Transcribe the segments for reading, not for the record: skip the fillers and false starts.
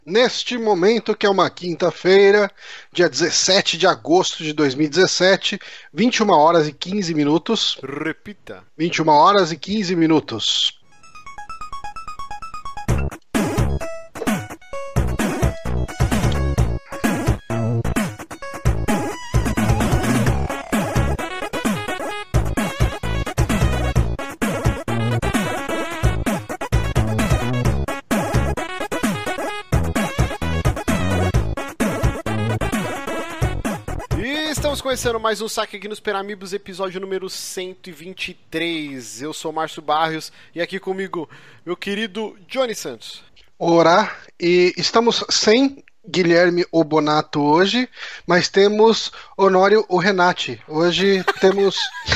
Neste momento, que é uma quinta-feira, dia 17 de agosto de 2017, 21 horas e 15 minutos. Repita. 21 horas e 15 minutos. Estamos começando mais um Saque aqui nos Peramibos, episódio número 123. Eu sou o Márcio Barrios e aqui comigo meu querido Johnny Santos. Ora, e estamos sem Guilherme Obonato hoje, mas temos Honório o Renati. Hoje temos...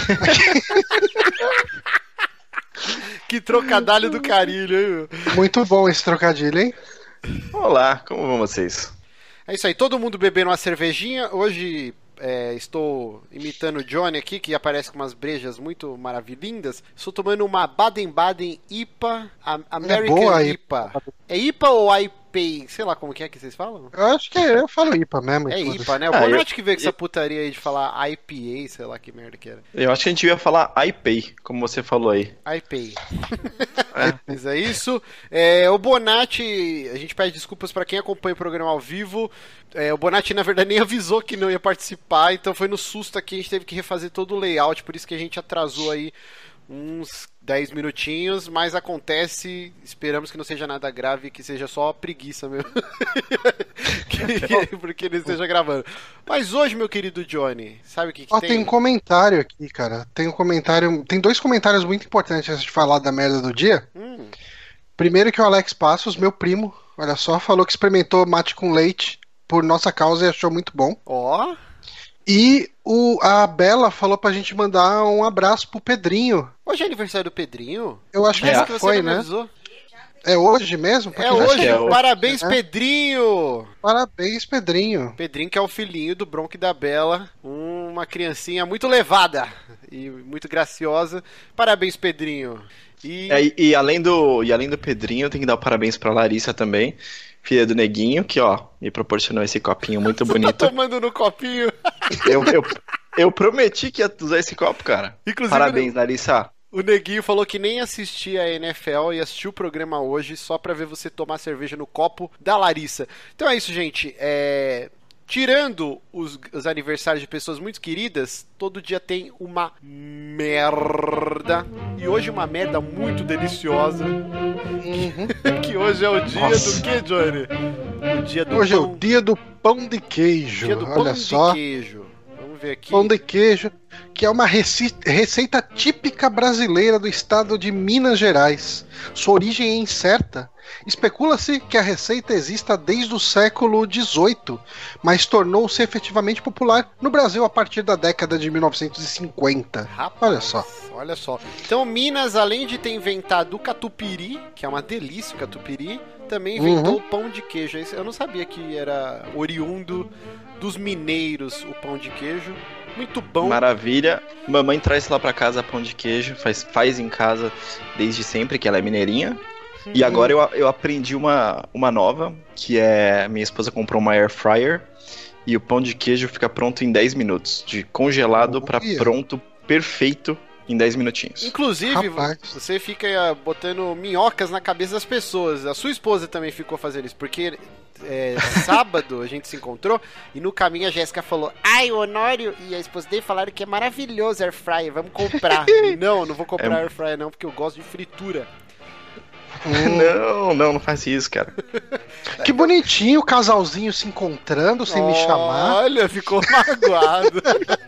Que trocadilho do carilho, hein? Muito bom esse trocadilho, hein? Olá, como vão vocês? É isso aí, todo mundo bebendo uma cervejinha. Hoje estou imitando o Johnny aqui, que aparece com umas brejas muito maravilhindas. Estou tomando uma Baden-Baden IPA, American boa, IPA. É IPA ou IPA? Sei lá como que é que vocês falam? Eu acho que eu falo IPA mesmo. É IPA, né? O Bonatti que veio com essa putaria aí de falar IPA, sei lá que merda que era. Eu acho que a gente ia falar iPay, como você falou aí. IPA. Mas é isso. O Bonatti, a gente pede desculpas pra quem acompanha o programa ao vivo. O Bonatti, na verdade, nem avisou que não ia participar, então foi no susto aqui, a gente teve que refazer todo o layout, por isso que a gente atrasou aí uns 10 minutinhos, mas acontece, esperamos que não seja nada grave, que seja só preguiça mesmo. Porque ele esteja gravando. Mas hoje, meu querido Johnny, sabe o que tem? Tem um comentário aqui, cara. Tem dois comentários muito importantes antes de falar da merda do dia. Primeiro que o Alex Passos, meu primo, olha só, falou que experimentou mate com leite por nossa causa e achou muito bom. Ó. E a Bela falou pra gente mandar um abraço pro Pedrinho. Hoje é aniversário do Pedrinho? Eu acho que já foi, né? Avisou. É hoje mesmo? É hoje, parabéns, Pedrinho! Parabéns, Pedrinho. Pedrinho que é o filhinho do Bronco e da Bela, uma criancinha muito levada e muito graciosa. Parabéns, Pedrinho. E além do Pedrinho, tem que dar parabéns pra Larissa também, filha do Neguinho, que me proporcionou esse copinho muito bonito. Tá tomando no copinho? Eu prometi que ia usar esse copo, cara. Inclusive, parabéns, Larissa. O Neguinho falou que nem assistia a NFL e assistiu o programa hoje só pra ver você tomar cerveja no copo da Larissa. Então é isso, gente. Tirando os aniversários de pessoas muito queridas, todo dia tem uma merda. E hoje uma merda muito deliciosa. Que hoje é o dia do quê, Johnny? Hoje é o dia do pão de queijo. Dia do Olha pão só. de queijo. Vamos ver aqui. Pão de queijo, que é uma receita típica brasileira do estado de Minas Gerais. Sua origem é incerta. Especula-se que a receita exista desde o século XVIII, mas tornou-se efetivamente popular no Brasil a partir da década de 1950. Rapaz, olha só. Então Minas, além de ter inventado o catupiry, que é uma delícia o catupiry, também inventou o pão de queijo. Eu não sabia que era oriundo dos mineiros o pão de queijo. Muito bom. Maravilha. Mamãe traz lá pra casa pão de queijo, faz em casa desde sempre, que ela é mineirinha. E agora eu aprendi uma nova, que é... Minha esposa comprou uma air fryer e o pão de queijo fica pronto em 10 minutos. De congelado pra pronto, perfeito, em 10 minutinhos. Inclusive, você fica botando minhocas na cabeça das pessoas. A sua esposa também ficou fazendo isso, porque... sábado a gente se encontrou e no caminho a Jéssica falou: ai, o Honório e a esposa dele falaram que é maravilhoso air fryer, vamos comprar. Não vou comprar air fryer não, porque eu gosto de fritura. Não faz isso, cara. Que bonitinho o casalzinho se encontrando sem me chamar. Olha, ficou magoado.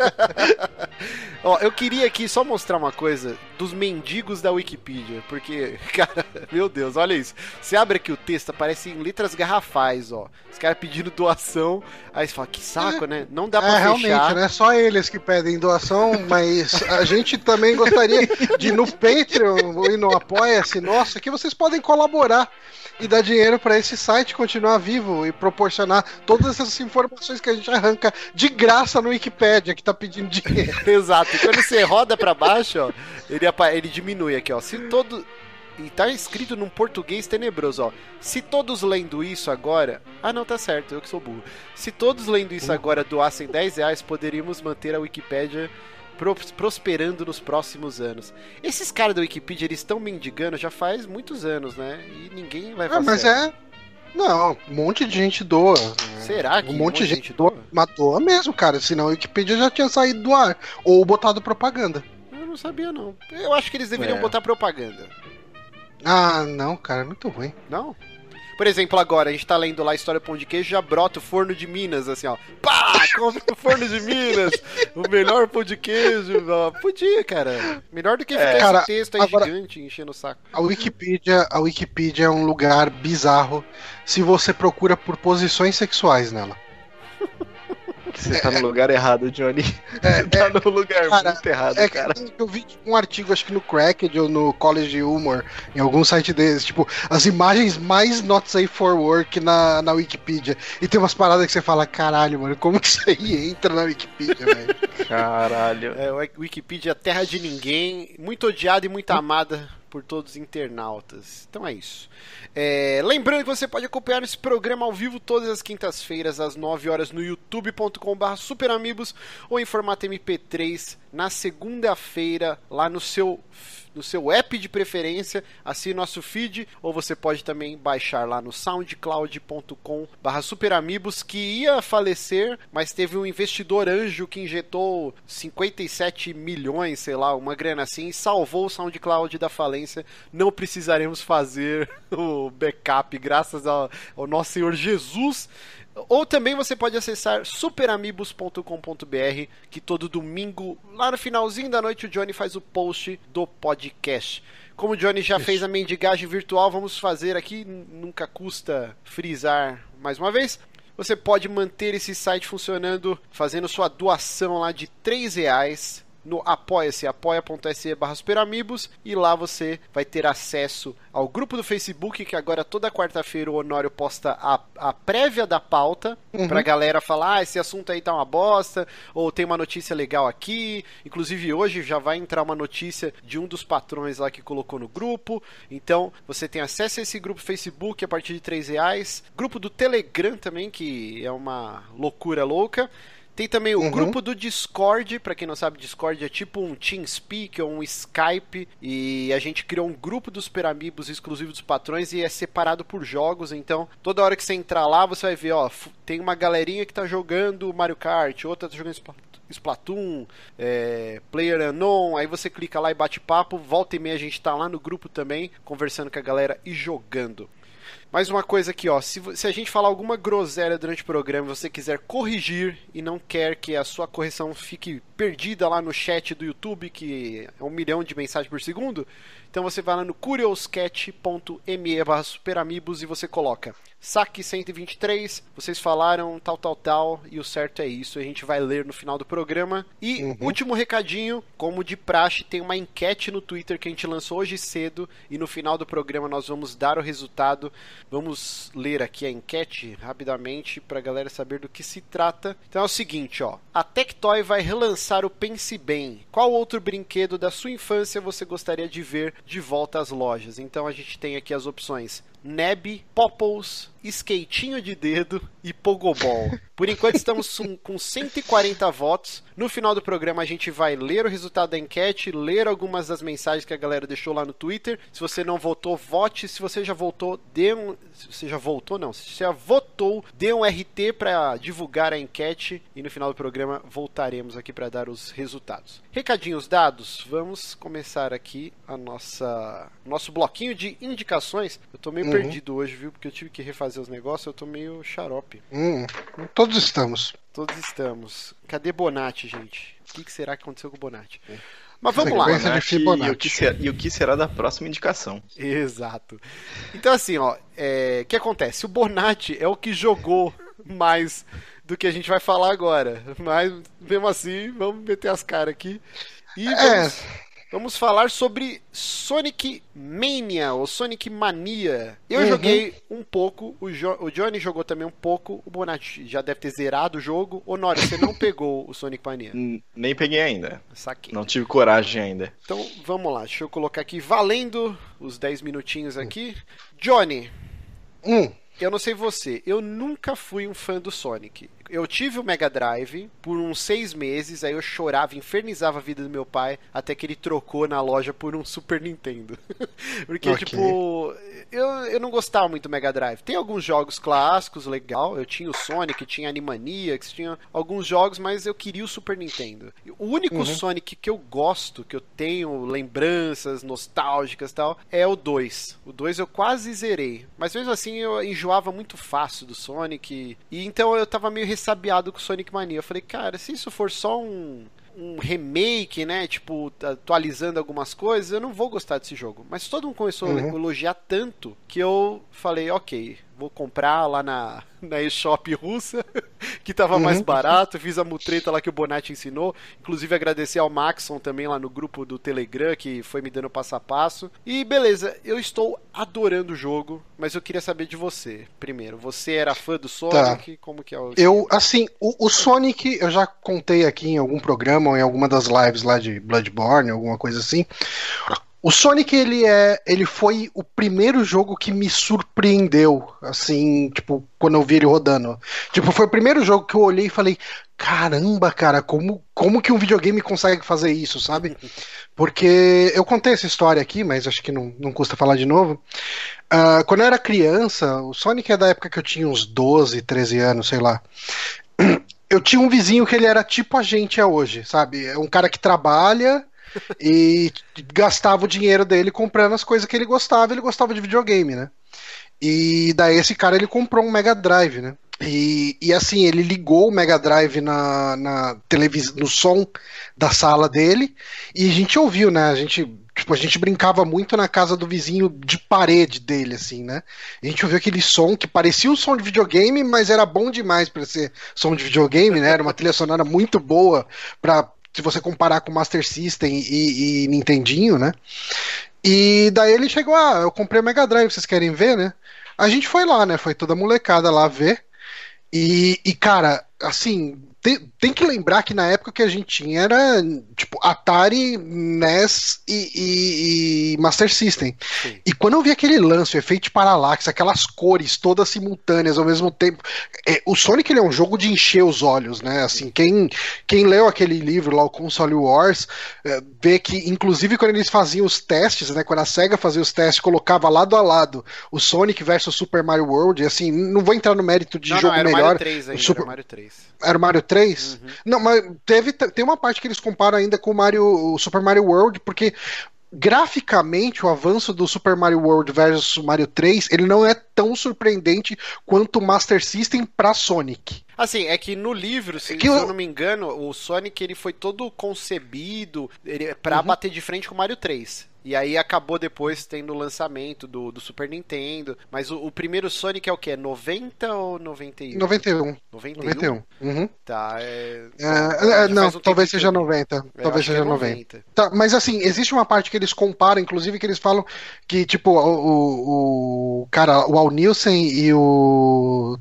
Eu queria aqui só mostrar uma coisa dos mendigos da Wikipedia, porque, cara, meu Deus, olha isso. Você abre aqui o texto, aparece em letras garrafais, ó. Os caras pedindo doação, aí você fala, que saco, né? Não dá pra fechar. Realmente, não é só eles que pedem doação, mas a gente também gostaria de ir no Patreon e no Apoia-se, nossa, que vocês podem colaborar e dar dinheiro para esse site continuar vivo e proporcionar todas essas informações que a gente arranca de graça no Wikipedia, que tá pedindo dinheiro. Exato, e quando você roda para baixo, ó, ele diminui aqui, ó. Se todo... E tá escrito num português tenebroso, ó. Se todos lendo isso agora... Ah, não, tá certo, eu que sou burro. Se todos lendo isso agora doassem R$10, poderíamos manter a Wikipédia prosperando nos próximos anos. Esses caras da Wikipedia, eles estão mendigando já faz muitos anos, né? E ninguém vai fazer. Mas Não, um monte de gente doa. Será que um monte de gente doa? Mas doa mesmo, cara. Senão a Wikipedia já tinha saído do ar. Ou botado propaganda. Eu não sabia, não. Eu acho que eles deveriam botar propaganda. Ah, não, cara, é muito ruim. Não? Por exemplo, agora, a gente tá lendo lá a História Pão de Queijo, já brota o Forno de Minas, assim, ó. Pá! Compre o Forno de Minas! O melhor pão de queijo. Ó. Podia, cara. Melhor do que ficar cara, esse texto aí agora, gigante, enchendo o saco. A Wikipedia é um lugar bizarro se você procura por posições sexuais nela. Você tá no lugar errado, Johnny. Tá no lugar muito errado, cara. Eu vi um artigo, acho que no Cracked ou no College Humor, em algum site desses, tipo, as imagens mais not safe for work na Wikipedia. E tem umas paradas que você fala, caralho, mano, como que isso aí entra na Wikipedia, velho? Caralho. O Wikipedia é terra de ninguém, muito odiada e muito amada por todos os internautas. Então é isso. Lembrando que você pode acompanhar esse programa ao vivo todas as quintas-feiras às 9 horas no youtube.com/superamigos ou em formato MP3 na segunda-feira lá no seu app de preferência, assine nosso feed, ou você pode também baixar lá no soundcloud.com/superamigos, que ia falecer, mas teve um investidor anjo que injetou 57 milhões, sei lá, uma grana assim, e salvou o SoundCloud da falência. Não precisaremos fazer o backup, graças ao nosso Senhor Jesus. Ou também você pode acessar superamigos.com.br, que todo domingo, lá no finalzinho da noite, o Johnny faz o post do podcast. Como o Johnny já fez a mendigagem virtual, vamos fazer aqui, nunca custa frisar mais uma vez. Você pode manter esse site funcionando fazendo sua doação lá de R$3 no Apoia-se, apoia.se/superamigos, e lá você vai ter acesso ao grupo do Facebook, que agora toda quarta-feira o Honório posta a prévia da pauta, pra galera falar, esse assunto aí tá uma bosta, ou tem uma notícia legal aqui. Inclusive hoje já vai entrar uma notícia de um dos patrões lá que colocou no grupo. Então você tem acesso a esse grupo Facebook a partir de R$3, grupo do Telegram também, que é uma loucura louca. Tem também o grupo do Discord, pra quem não sabe, Discord é tipo um TeamSpeak ou um Skype, e a gente criou um grupo dos Super Amigos exclusivo dos patrões e é separado por jogos, então toda hora que você entrar lá, você vai ver, ó, tem uma galerinha que tá jogando Mario Kart, outra tá jogando Splatoon, PlayerUnknown, aí você clica lá e bate papo, volta e meia a gente tá lá no grupo também, conversando com a galera e jogando. Mais uma coisa aqui, ó, se a gente falar alguma groselha durante o programa e você quiser corrigir e não quer que a sua correção fique perdida lá no chat do YouTube, que é 1 milhão de mensagens por segundo, então você vai lá no curioscat.me/superamigos e você coloca saque 123, vocês falaram tal, e o certo é isso, a gente vai ler no final do programa. E último recadinho, como de praxe, tem uma enquete no Twitter que a gente lançou hoje cedo, e no final do programa nós vamos dar o resultado. Vamos ler aqui a enquete rapidamente pra galera saber do que se trata. Então é o seguinte, ó, a Tectoy vai relançar o Pense Bem. Qual outro brinquedo da sua infância você gostaria de ver de volta às lojas? Então a gente tem aqui as opções Neb, Popples, Skatinho de Dedo e Pogobol. Por enquanto estamos com 140 votos. No final do programa a gente vai ler o resultado da enquete, ler algumas das mensagens que a galera deixou lá no Twitter. Se você não votou, vote. Se você já votou, dê um... Se você já voltou, não. Se você já votou, dê um RT para divulgar a enquete. E no final do programa voltaremos aqui para dar os resultados. Recadinhos dados. Vamos começar aqui nosso bloquinho de indicações. Eu tô meio perdido hoje, viu? Porque eu tive que refazer os negócios. Eu tô meio xarope. Todos estamos. Todos estamos. Cadê Bonatti, gente? O que será que aconteceu com o Bonatti? Mas vamos lá. E o que será da próxima indicação? Exato. Então assim, ó, o que acontece? O Bonatti é o que jogou mais do que a gente vai falar agora. Mas, mesmo assim, vamos meter as caras aqui. E vamos falar sobre Sonic Mania, ou Sonic Mania. Eu joguei um pouco, o Johnny jogou também um pouco, o Bonatti já deve ter zerado o jogo. Honório, você não pegou o Sonic Mania? Nem peguei ainda. Saquei. Não tive coragem ainda. Então, vamos lá, deixa eu colocar aqui, valendo os 10 minutinhos aqui. Johnny, Hum. eu não sei você, eu nunca fui um fã do Sonic. Eu tive o Mega Drive por uns 6 meses, aí eu chorava, infernizava a vida do meu pai, até que ele trocou na loja por um Super Nintendo. Porque, Ok. tipo, eu não gostava muito do Mega Drive. Tem alguns jogos clássicos, legal, eu tinha o Sonic, tinha Animaniacs, tinha alguns jogos, mas eu queria o Super Nintendo. O único Sonic que eu gosto, que eu tenho lembranças nostálgicas e tal, é o 2. O 2 eu quase zerei, mas mesmo assim eu enjoava muito fácil do Sonic, e então eu tava meio ressabiado com o Sonic Mania. Eu falei, cara, se isso for só um remake, né, tipo, atualizando algumas coisas, eu não vou gostar desse jogo. Mas todo mundo começou a elogiar tanto que eu falei, ok, vou comprar lá na eShop russa, que tava mais barato, fiz a mutreta lá que o Bonatti ensinou, inclusive agradecer ao Maxon também lá no grupo do Telegram, que foi me dando passo a passo, e beleza, eu estou adorando o jogo, mas eu queria saber de você, primeiro, você era fã do Sonic, como que é o... Assim, o Sonic, eu já contei aqui em algum programa, ou em alguma das lives lá de Bloodborne, alguma coisa assim. O Sonic, ele foi o primeiro jogo que me surpreendeu, assim, tipo, quando eu vi ele rodando. Tipo, foi o primeiro jogo que eu olhei e falei, caramba, cara, como que um videogame consegue fazer isso, sabe? Porque eu contei essa história aqui, mas acho que não custa falar de novo. Quando eu era criança, o Sonic é da época que eu tinha uns 12, 13 anos, sei lá. Eu tinha um vizinho que ele era tipo a gente é hoje, sabe? É um cara que trabalha e gastava o dinheiro dele comprando as coisas que ele gostava de videogame, né? E daí esse cara ele comprou um Mega Drive, né? E assim, ele ligou o Mega Drive na televisão, no som da sala dele, e a gente ouviu, né? A gente brincava muito na casa do vizinho de parede dele, assim, né? A gente ouviu aquele som que parecia um som de videogame, mas era bom demais para ser som de videogame, né? Era uma trilha sonora muito boa para se você comparar com Master System e Nintendinho, né? E daí ele chegou, eu comprei o Mega Drive, vocês querem ver, né? A gente foi lá, né? Foi toda a molecada lá ver. Cara, assim, tem que lembrar que na época que a gente tinha era tipo Atari, NES e Master System. Sim. E quando eu vi aquele lance, o efeito de paralaxe, aquelas cores todas simultâneas ao mesmo tempo. O Sonic ele é um jogo de encher os olhos, né? Assim, quem leu aquele livro lá, o Console Wars, vê que, inclusive, quando eles faziam os testes, né? Quando a SEGA fazia os testes, colocava lado a lado o Sonic versus Super Mario World, e assim, não vou entrar no mérito de jogo era melhor. Mario 3 ainda, era Mario 3. Era o Mario 3? Não, mas tem uma parte que eles comparam ainda com o Super Mario World, porque graficamente o avanço do Super Mario World versus Mario 3, ele não é tão surpreendente quanto o Master System pra Sonic. Assim, é que no livro, se eu não me engano, o Sonic ele foi todo concebido pra bater de frente com o Mario 3. E aí acabou depois tendo o lançamento do Super Nintendo. Mas o primeiro Sonic é o quê? 90 ou 91? 91. 91? Uhum. Tá, não, talvez seja 90. Talvez seja 90. Tá, mas assim, existe uma parte que eles comparam, inclusive que eles falam que, tipo, o cara, o Al Nielsen e o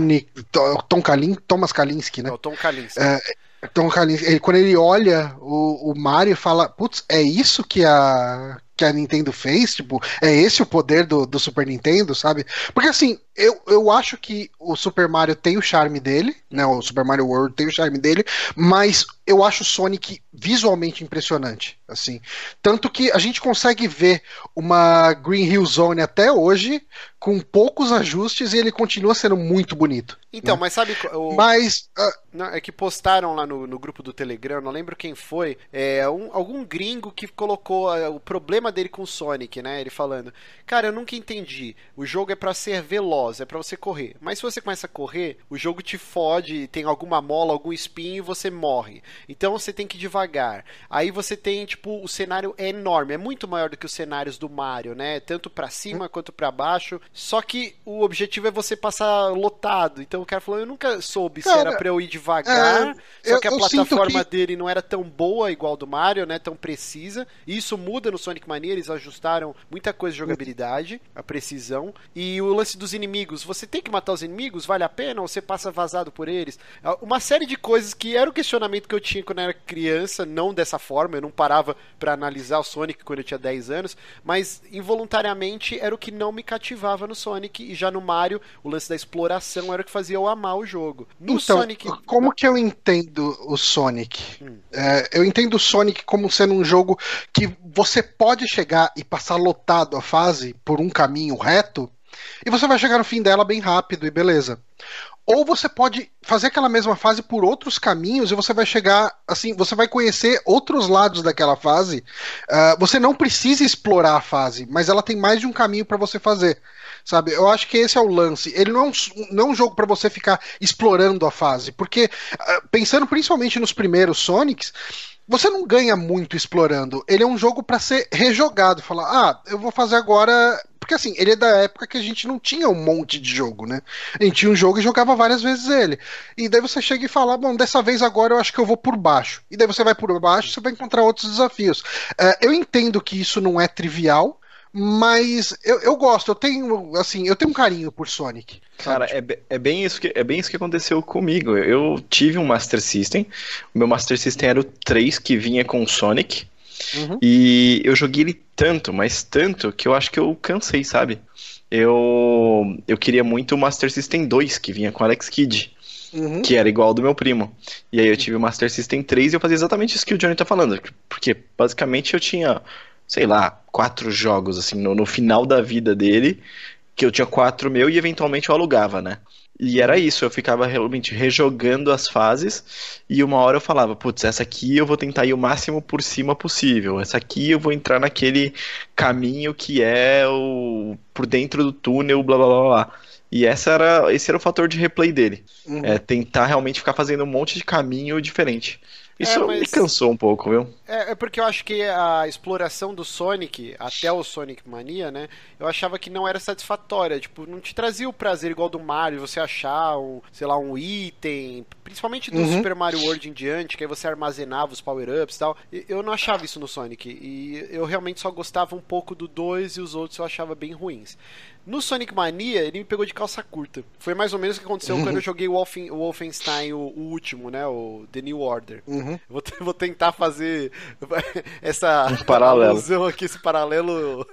Thomas Kalinske, né? É o Tom Kalinske. Tom Kalinske, quando ele olha o Mario e fala, putz, é isso que a Nintendo fez? Tipo, é esse o poder do Super Nintendo, sabe? Porque assim, eu acho que o Super Mario tem o charme dele, né? O Super Mario World tem o charme dele, mas eu acho o Sonic visualmente impressionante, assim. Tanto que a gente consegue ver uma Green Hill Zone até hoje, com poucos ajustes, e ele continua sendo muito bonito. Então, né? mas sabe... Mas... Não, é que postaram lá no grupo do Telegram, não lembro quem foi, algum gringo que colocou o problema dele com o Sonic, né? Ele falando, cara, eu nunca entendi, o jogo é pra ser veloz, é pra você correr, mas se você começa a correr, o jogo te fode, tem alguma mola, algum espinho e você morre. Então você tem que ir devagar. Aí você tem, tipo, o cenário é enorme, é muito maior do que os cenários do Mario, né? Tanto pra cima quanto pra baixo, só que o objetivo é você passar lotado. Então o cara falou, eu nunca soube se era pra eu ir devagar, só que a plataforma dele não era tão boa igual do Mario, né, tão precisa. E isso muda no Sonic Mania eles ajustaram muita coisa de jogabilidade, a precisão, e o lance dos inimigos. Você tem que matar os inimigos? Vale a pena? Ou você passa vazado por eles? Uma série de coisas que era o questionamento que eu tinha quando eu era criança, não dessa forma, eu não parava pra analisar o Sonic quando eu tinha 10 anos, mas involuntariamente era o que não me cativava no Sonic, e já no Mario, o lance da exploração era o que fazia eu amar o jogo. No então, Sonic... como que eu entendo o Sonic? Eu entendo o Sonic como sendo um jogo que você pode chegar e passar lotado a fase por um caminho reto, e você vai chegar no fim dela bem rápido e beleza. Ou você pode fazer aquela mesma fase por outros caminhos e você vai chegar, assim, você vai conhecer outros lados daquela fase. Você não precisa explorar a fase, mas ela tem mais de um caminho para você fazer, sabe? Eu acho que esse é o lance. Ele não é um jogo para você ficar explorando a fase, porque pensando principalmente nos primeiros Sonics, você não ganha muito explorando. Ele é um jogo para ser rejogado, falar, eu vou fazer agora. Porque assim, ele é da época que a gente não tinha um monte de jogo, né? A gente tinha um jogo e jogava várias vezes ele. E daí você chega e fala, bom, dessa vez agora eu acho que eu vou por baixo. E daí você vai por baixo, você vai encontrar outros desafios. Eu entendo que isso não é trivial, mas eu gosto, eu tenho um carinho por Sonic. Cara, é bem isso que aconteceu comigo. Eu tive um Master System, o meu Master System era o 3, que vinha com o Sonic. E eu joguei ele tanto, mas tanto, que eu acho que eu cansei, sabe? Eu queria muito o Master System 2, que vinha com o Alex Kidd, que era igual ao do meu primo. E aí eu tive o Master System 3 e eu fazia exatamente isso que o Johnny tá falando. Porque basicamente eu tinha, sei lá, 4 jogos, assim, no final da vida dele, que eu tinha 4 meu e eventualmente eu alugava, né? E era isso, eu ficava realmente rejogando as fases e uma hora eu falava, putz, essa aqui eu vou tentar ir o máximo por cima possível, essa aqui eu vou entrar naquele caminho que é o por dentro do túnel, blá blá blá blá. E esse era o fator de replay dele, tentar realmente ficar fazendo um monte de caminho diferente. Isso me cansou um pouco, viu? É porque eu acho que a exploração do Sonic, até o Sonic Mania, né? Eu achava que não era satisfatória. Tipo, não te trazia o prazer igual do Mario, você achar, um item, principalmente do Super Mario World em diante, que aí você armazenava os power-ups e tal. Eu não achava isso no Sonic. E eu realmente só gostava um pouco do 2 e os outros eu achava bem ruins. No Sonic Mania, ele me pegou de calça curta. Foi mais ou menos o que aconteceu quando eu joguei o Wolfenstein, o último, né? O The New Order. Vou tentar fazer essa alusão aqui, esse paralelo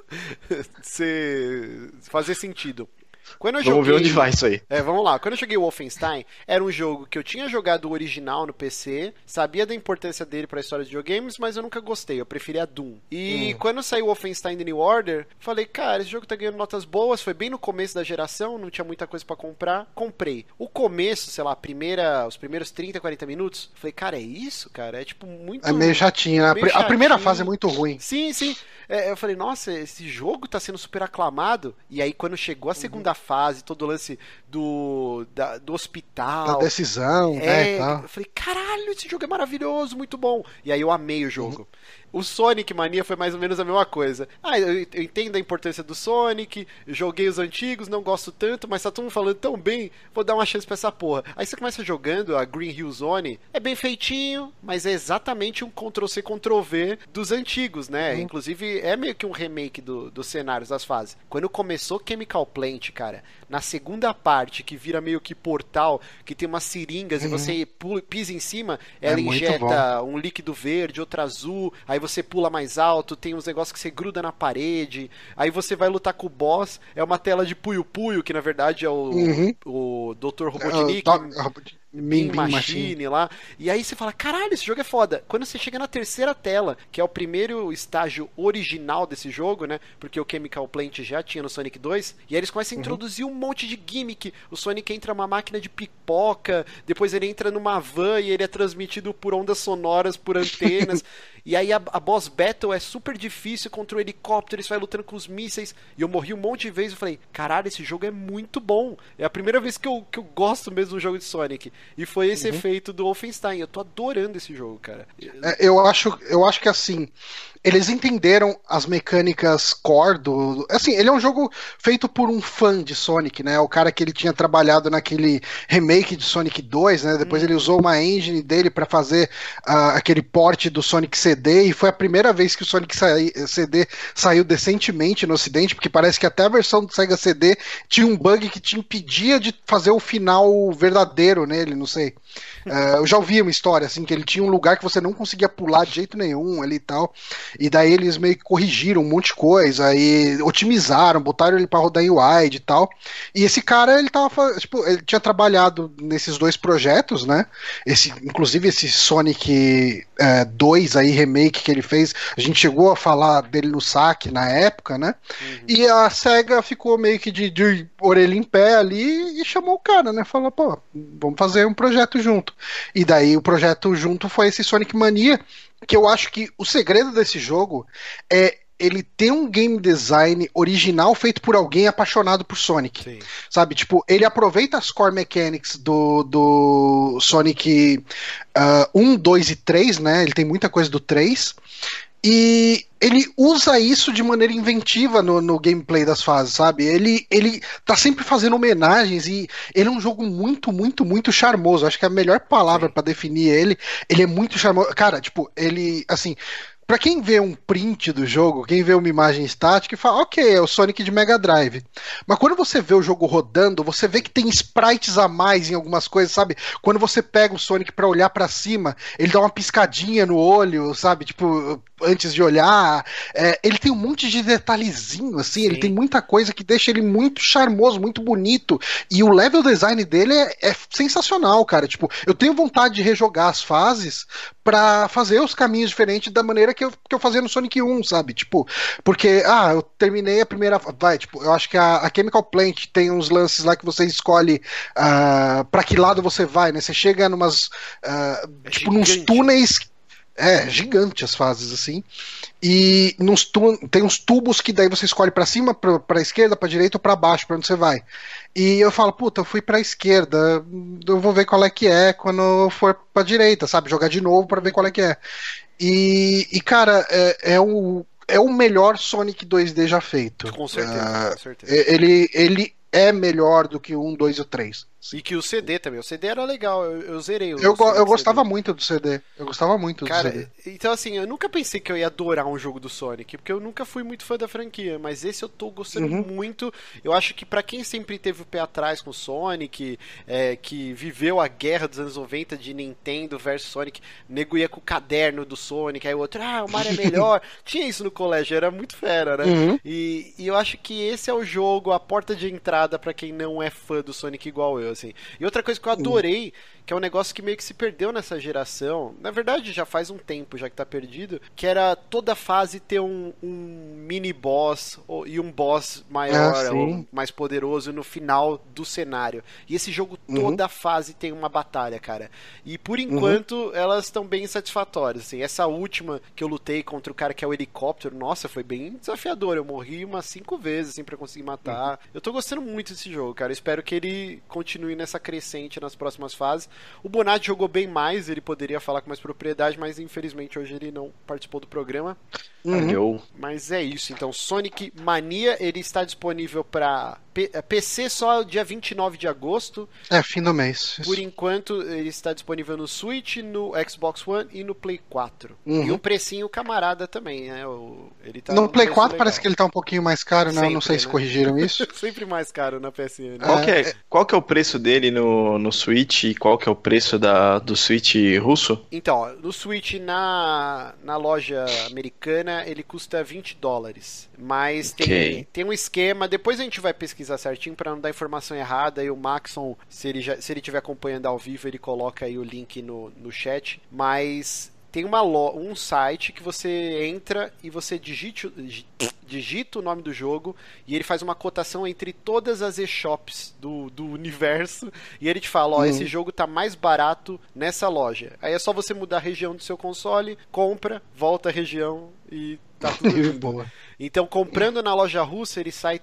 fazer sentido. Vamos ver onde vai isso aí. Vamos lá. Quando eu joguei o Wolfenstein, era um jogo que eu tinha jogado o original no PC, sabia da importância dele pra história de videogames, mas eu nunca gostei, eu preferia Doom. E quando saiu o Wolfenstein The New Order, falei, cara, esse jogo tá ganhando notas boas, foi bem no começo da geração, não tinha muita coisa pra comprar, comprei. O começo, sei lá, os primeiros 30, 40 minutos, falei, cara, é isso, cara? É tipo muito... É meio chatinho, né? A primeira fase é muito ruim. Sim. Eu falei, nossa, esse jogo tá sendo super aclamado. E aí quando chegou a segunda fase, todo o lance do hospital, da decisão, né, e tal. Eu falei, caralho, esse jogo é maravilhoso, muito bom. E aí eu amei o jogo. O Sonic Mania foi mais ou menos a mesma coisa. Eu entendo a importância do Sonic, joguei os antigos, não gosto tanto, mas tá todo mundo falando tão bem, vou dar uma chance pra essa porra. Aí você começa jogando a Green Hill Zone, é bem feitinho, mas é exatamente um Ctrl-C, Ctrl-V dos antigos, né? Inclusive, é meio que um remake dos cenários, das fases. Quando começou Chemical Plant, cara, na segunda parte, que vira meio que portal, que tem umas seringas e você pisa em cima, ela injeta um líquido verde, outro azul, aí você pula mais alto, tem uns negócios que você gruda na parede, aí você vai lutar com o boss, é uma tela de puio-puio, que na verdade é o Dr. Robotnik, Mean Machine lá, e aí você fala, caralho, esse jogo é foda. Quando você chega na terceira tela, que é o primeiro estágio original desse jogo, né, porque o Chemical Plant já tinha no Sonic 2, e aí eles começam a introduzir um monte de gimmick. O Sonic entra numa máquina de pipoca, depois ele entra numa van e ele é transmitido por ondas sonoras, por antenas. E aí a boss battle é super difícil contra o helicóptero, você vai lutando com os mísseis. E eu morri um monte de vezes e falei, caralho, esse jogo é muito bom. É a primeira vez que eu gosto mesmo do jogo de Sonic. E foi esse efeito do Wolfenstein. Eu tô adorando esse jogo, cara. Eu acho que assim, eles entenderam as mecânicas core do... Assim, ele é um jogo feito por um fã de Sonic, né? O cara que ele tinha trabalhado naquele remake de Sonic 2, né? Depois ele usou uma engine dele pra fazer aquele port do Sonic CD CD, e foi a primeira vez que o Sonic CD saiu decentemente no ocidente, porque parece que até a versão do Sega CD tinha um bug que te impedia de fazer o final verdadeiro nele, não sei. Eu já ouvi uma história, assim, que ele tinha um lugar que você não conseguia pular de jeito nenhum ali e tal, e daí eles meio que corrigiram um monte de coisa, aí otimizaram, botaram ele pra rodar em wide e tal, e esse cara, ele tava, tipo, ele tinha trabalhado nesses dois projetos, né, inclusive esse Sonic 2 aí, remake que ele fez, a gente chegou a falar dele no saque na época, né, e a SEGA ficou meio que de orelha em pé ali e chamou o cara, né, falou, pô, vamos fazer um projeto junto. E daí o projeto junto foi esse Sonic Mania, que eu acho que o segredo desse jogo é ele ter um game design original feito por alguém apaixonado por Sonic. Sim. Sabe? Tipo, ele aproveita as core mechanics do Sonic 1, 2 e 3, né? Ele tem muita coisa do 3. E ele usa isso de maneira inventiva no gameplay das fases, sabe? Ele tá sempre fazendo homenagens e ele é um jogo muito, muito, muito charmoso. Acho que é a melhor palavra pra definir ele. Ele é muito charmoso. Cara, tipo, ele, assim... Pra quem vê um print do jogo, quem vê uma imagem estática e fala, ok, é o Sonic de Mega Drive. Mas quando você vê o jogo rodando, você vê que tem sprites a mais em algumas coisas, sabe? Quando você pega o Sonic pra olhar pra cima, ele dá uma piscadinha no olho, sabe? Tipo, antes de olhar. Ele tem um monte de detalhezinho, assim, Sim. Ele tem muita coisa que deixa ele muito charmoso, muito bonito. E o level design dele é sensacional, cara. Tipo, eu tenho vontade de rejogar as fases pra fazer os caminhos diferentes da maneira que eu fazia no Sonic 1, sabe? Tipo, porque, eu terminei a primeira. Tipo, eu acho que a Chemical Plant tem uns lances lá que você escolhe pra que lado você vai, né? Você chega numas. Tipo, nos túneis. Gigante as fases, assim. E tem uns tubos que daí você escolhe pra cima, pra esquerda, pra direita ou pra baixo, pra onde você vai. E eu falo, puta, eu fui pra esquerda, eu vou ver qual é que é quando eu for pra direita, sabe? Jogar de novo pra ver qual é que é. E cara, é o melhor Sonic 2D já feito. Com certeza, com certeza. Ele é melhor do que o 1, 2 e o 3. E que o CD também. O CD era legal, eu zerei o Eu gostava muito do CD. Eu gostava muito do CD. Então assim, eu nunca pensei que eu ia adorar um jogo do Sonic, porque eu nunca fui muito fã da franquia, mas esse eu tô gostando muito. Eu acho que pra quem sempre teve o pé atrás com o Sonic, que viveu a guerra dos anos 90 de Nintendo versus Sonic, nego ia com o caderno do Sonic, aí o outro, o Mario é melhor. Tinha isso no colégio, era muito fera, né? E eu acho que esse é o jogo, a porta de entrada pra quem não é fã do Sonic igual eu, assim. E outra coisa que eu adorei, que é um negócio que meio que se perdeu nessa geração, na verdade já faz um tempo já que tá perdido, que era toda fase ter um mini boss e um boss maior, ou mais poderoso no final do cenário. E esse jogo, toda fase tem uma batalha, cara. E por enquanto elas estão bem satisfatórias, assim. Essa última que eu lutei contra o cara que é o helicóptero, nossa, foi bem desafiador. Eu morri umas 5 vezes, assim, pra conseguir matar. Eu tô gostando muito desse jogo, cara. Eu espero que ele continue nessa crescente nas próximas fases. O Bonatti jogou bem mais, ele poderia falar com mais propriedade, mas infelizmente hoje ele não participou do programa. Mas é isso, então Sonic Mania, ele está disponível para PC só dia 29 de agosto. Fim do mês. Por enquanto ele está disponível no Switch, no Xbox One e no Play 4. E um precinho camarada também, né? Ele tá no Play 4 legal. Parece que ele tá um pouquinho mais caro, né? Sempre, não sei se corrigiram isso. Sempre mais caro na PSN. Qual que é o preço dele no Switch e qual que é o preço do Switch russo? Então, no Switch na loja americana ele custa $20. Mas tem um esquema, depois a gente vai pesquisar certinho para não dar informação errada, e o Maxon, se ele estiver acompanhando ao vivo, ele coloca aí o link no chat, mas tem um site que você entra e você digita o nome do jogo e ele faz uma cotação entre todas as eShops do universo e ele te fala, esse jogo tá mais barato nessa loja. Aí é só você mudar a região do seu console, compra, volta a região e tá tudo bom. Então, comprando na loja russa, ele sai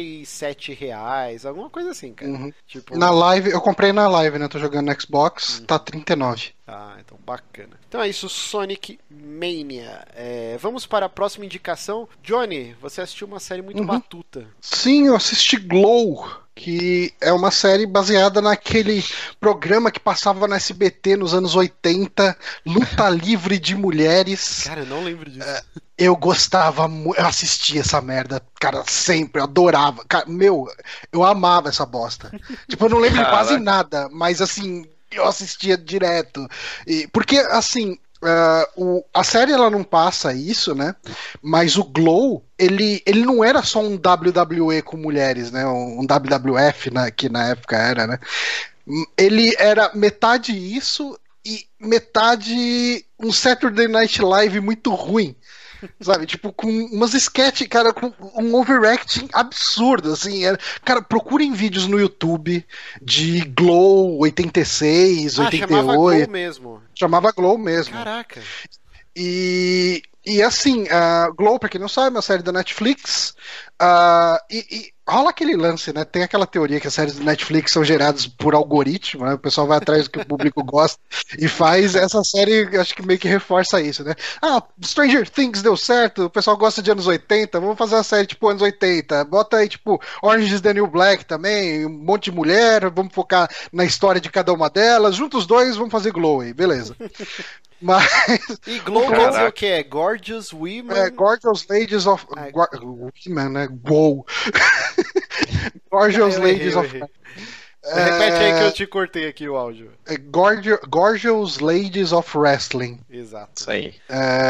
R$37, alguma coisa assim, cara. Tipo, na live, eu comprei na live, né? Tô jogando no Xbox, tá R$39. Então bacana. Então é isso, Sonic Mania. Vamos para a próxima indicação. Johnny, você assistiu uma série muito batuta. Sim, eu assisti Glow, que é uma série baseada naquele programa que passava na SBT nos anos 80, Luta Livre de Mulheres. Cara, eu não lembro disso. Eu gostava muito, eu assistia essa merda, cara, sempre, eu adorava. Cara, eu amava essa bosta. Tipo, eu não lembro de quase nada, mas assim, eu assistia direto. Porque, assim, a série ela não passa isso, né? Mas o Glow, ele não era só um WWE com mulheres, né? Um WWF, né? Que na época era, né? Ele era metade isso e metade um Saturday Night Live muito ruim. Sabe, tipo, com umas sketches, cara, com um overacting absurdo, assim, cara, procurem vídeos no YouTube de Glow 86, 88. Chamava Glow mesmo. Chamava Glow mesmo. Caraca. E assim, Glow, pra quem não sabe, é uma série da Netflix, e rola aquele lance, né? Tem aquela teoria que as séries da Netflix são geradas por algoritmo, né? O pessoal vai atrás do que o público gosta e faz. Essa série, acho que meio que reforça isso, né? Stranger Things deu certo, o pessoal gosta de anos 80, vamos fazer uma série tipo anos 80. Bota aí, tipo, Orange is the New Black também, um monte de mulher, vamos focar na história de cada uma delas. Juntos os dois, vamos fazer Glow aí, beleza. Mas... E Glow quer dizer o que? É Gorgeous Women? Gorgeous Ladies of... Women, né? Wow. Gorgeous Ladies of... Repete aí que eu te cortei aqui o áudio. Gorgeous Ladies of Wrestling. Exato. Isso aí.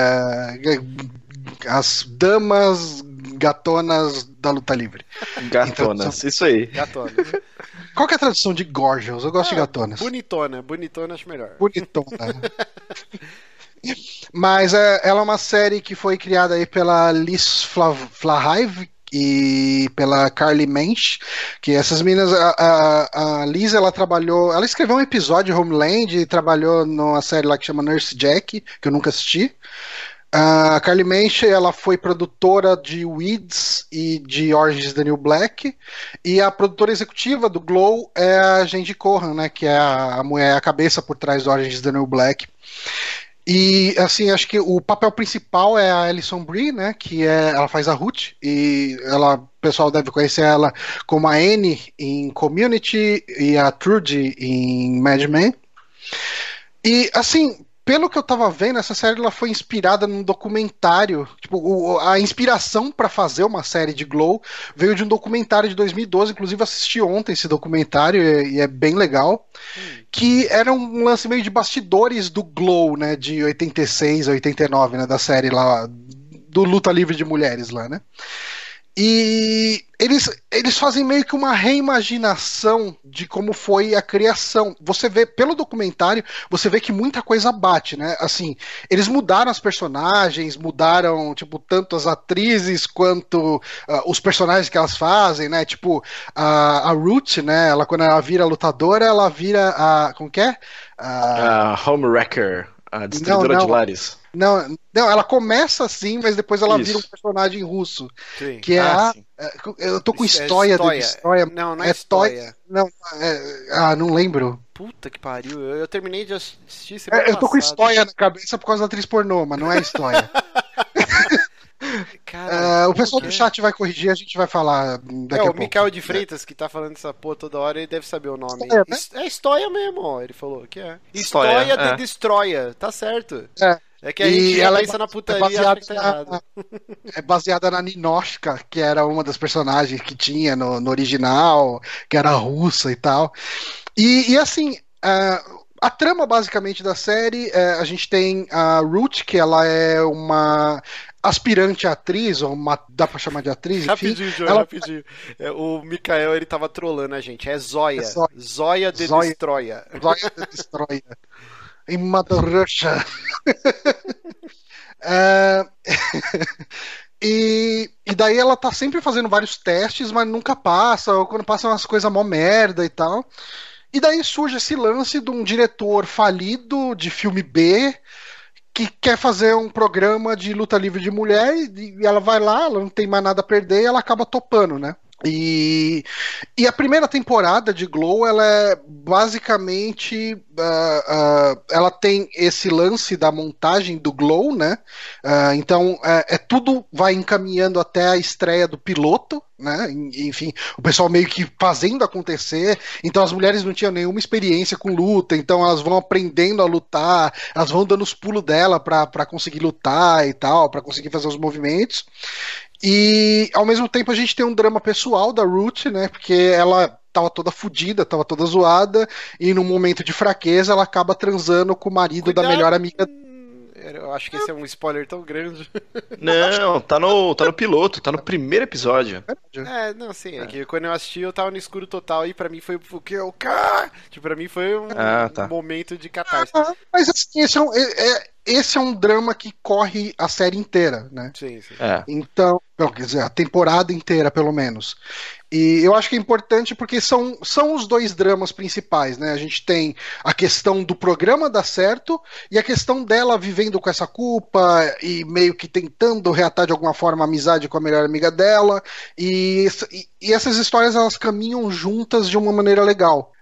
As damas gatonas da luta livre. Gatonas, então, isso aí. Gatonas. Qual que é a tradução de gorgeous? Eu gosto de gatonas. Bonitona acho melhor. Bonitona. Mas ela é uma série que foi criada aí pela Liz Flahive e pela Carly Mensch, que essas meninas, a Liz, ela escreveu um episódio de Homeland e trabalhou numa série lá que chama Nurse Jack, que eu nunca assisti. A Carly Mensch, ela foi produtora de Weeds e de Orange is the New Black, e a produtora executiva do Glow é a Jenji Kohan, né, que é a mulher, a cabeça por trás do Orange is the New Black. E, assim, acho que o papel principal é a Alison Brie, né, que ela faz a Ruth, e o pessoal deve conhecer ela como a Annie em Community e a Trudy em Mad Men. E, assim, pelo que eu tava vendo, essa série ela foi inspirada num documentário. Tipo, a inspiração para fazer uma série de Glow veio de um documentário de 2012. Inclusive, assisti ontem esse documentário e é bem legal. Que era um lance meio de bastidores do Glow, né? De 86 a 89, né? Da série lá, do Luta Livre de Mulheres lá, né? E eles fazem meio que uma reimaginação de como foi a criação. Você vê, pelo documentário, você vê que muita coisa bate, né? Assim, eles mudaram as personagens, mudaram, tipo, tanto as atrizes quanto os personagens que elas fazem, né? Tipo, a Ruth, né? Ela, quando ela vira lutadora, ela vira a... Como que é? A Homewrecker, a destruidora de lares. Não, ela começa assim, mas depois ela vira um personagem russo. Sim. Que é eu tô com Stoia. Não, não é Stoia. Não, não lembro. Puta que pariu, eu terminei de assistir eu tô com Stoia na cabeça por causa da atriz pornô, mas não é Stoia. Cara, o pessoal do chat vai corrigir, a gente vai falar daqui a pouco. O Mikael de Freitas, que tá falando essa porra toda hora, ele deve saber o nome. Stoia, né? É Stoia mesmo, ó, ele falou que é. Stoia The Destroyer, tá certo. É que a gente pensa na putaria e acha que tá errado. É baseada na Ninochka, que era uma das personagens que tinha no original, que era russa e tal. E assim, a trama basicamente da série, a gente tem a Ruth, que ela é uma aspirante atriz, ou dá pra chamar de atriz, rapidinho, enfim. Rapidinho. O Mikael, ele tava trolando a gente, é Zoya. Zoya The Destroyer. Zoya The Destroyer. Em Mother Russia. E daí ela tá sempre fazendo vários testes, mas nunca passa, ou quando passa umas coisas mó merda e tal. E daí surge esse lance de um diretor falido de filme B que quer fazer um programa de luta livre de mulher e ela vai lá, ela não tem mais nada a perder e ela acaba topando, né? E a primeira temporada de Glow, ela é basicamente ela tem esse lance da montagem do Glow, né? Então tudo vai encaminhando até a estreia do piloto, né? Enfim, o pessoal meio que fazendo acontecer. Então as mulheres não tinham nenhuma experiência com luta, então elas vão aprendendo a lutar, elas vão dando os pulos dela pra conseguir lutar e tal, pra conseguir fazer os movimentos. E ao mesmo tempo a gente tem um drama pessoal da Ruth, né? Porque ela tava toda fodida, tava toda zoada, e num momento de fraqueza ela acaba transando com o marido da melhor amiga. Eu acho que esse é um spoiler tão grande. Não, tá no piloto, tá no primeiro episódio. Não, sim, é que quando eu assisti eu tava no escuro total e pra mim foi o que eu... Tipo, pra mim foi um momento de catarse. Mas assim, esse é um drama que corre a série inteira, né? Sim, sim. Então, quer dizer, a temporada inteira, pelo menos. E eu acho que é importante porque são os dois dramas principais, né? A gente tem a questão do programa dar certo e a questão dela vivendo com essa culpa e meio que tentando reatar de alguma forma a amizade com a melhor amiga dela. E essas histórias, elas caminham juntas de uma maneira legal.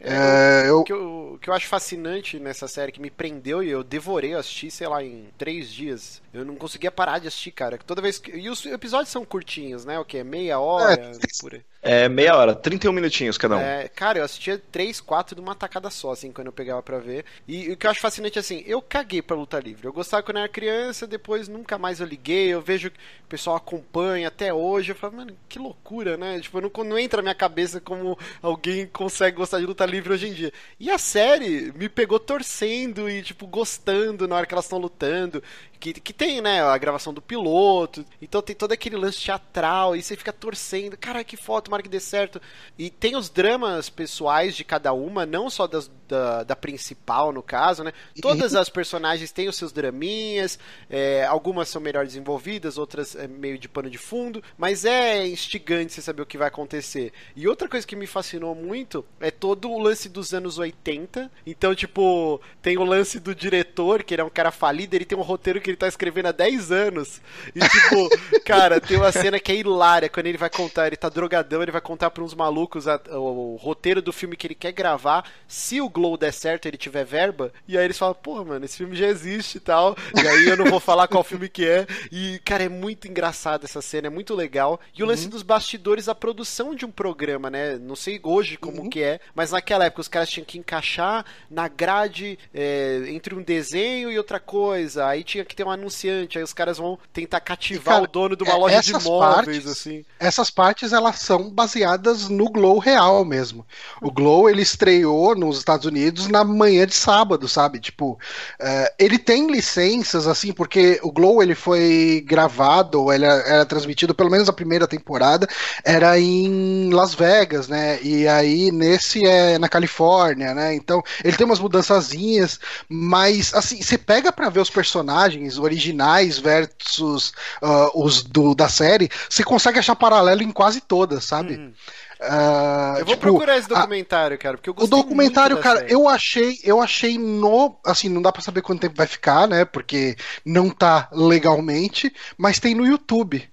O que eu acho fascinante nessa série, que me prendeu e eu devorei, eu assisti, sei lá, em 3 dias. Eu não conseguia parar de assistir, cara. Toda vez que... E os episódios são curtinhos, né? O que? Meia hora? Por aí. Meia hora, 31 minutinhos cada um. Cara, eu assistia 3, 4 de uma tacada só, assim, quando eu pegava pra ver. E o que eu acho fascinante, assim, eu caguei pra luta livre. Eu gostava quando eu era criança, depois nunca mais eu liguei. Eu vejo que o pessoal acompanha até hoje. Eu falo, mano, que loucura, né? Tipo, não entra na minha cabeça como alguém consegue gostar de luta livre hoje em dia. E a série me pegou torcendo e, tipo, gostando na hora que elas estão lutando. Que tem, né, a gravação do piloto, então tem todo aquele lance teatral, e você fica torcendo, cara, que foto, tomara que dê certo. E tem os dramas pessoais de cada uma, não só da principal, no caso, né? Todas as personagens têm os seus draminhas, algumas são melhor desenvolvidas, outras meio de pano de fundo, mas é instigante você saber o que vai acontecer. E outra coisa que me fascinou muito é todo o lance dos anos 80, então, tipo, tem o lance do diretor, que ele é um cara falido, ele tem um roteiro que ele tá escrevendo há 10 anos. E tipo, cara, tem uma cena que é hilária, quando ele vai contar, ele tá drogadão, ele vai contar pra uns malucos o roteiro do filme que ele quer gravar, se o Glow der certo, ele tiver verba, e aí eles falam, pô, mano, esse filme já existe e tal, e aí eu não vou falar qual filme que é, e, cara, é muito engraçado essa cena, é muito legal. E o lance dos bastidores, a produção de um programa, né, não sei hoje como que é, mas naquela época os caras tinham que encaixar na grade entre um desenho e outra coisa, aí tinha que ter um anunciante, aí os caras vão tentar cativar, cara, o dono de uma loja de móveis, assim. Essas partes, elas são baseadas no Glow real mesmo. O Glow, ele estreou nos Estados Unidos na manhã de sábado, sabe? Tipo, ele tem licenças, assim, porque o Glow, ele foi gravado, ele era transmitido, pelo menos a primeira temporada, era em Las Vegas, né? E aí, nesse é na Califórnia, né? Então, ele tem umas mudançazinhas, mas, assim, você pega pra ver os personagens originais versus os da série, você consegue achar paralelo em quase todas, sabe? Eu vou procurar esse documentário, cara, porque eu gostei muito. O documentário, muito cara, eu achei assim, não dá pra saber quanto tempo vai ficar, né? Porque não tá legalmente, mas tem no YouTube.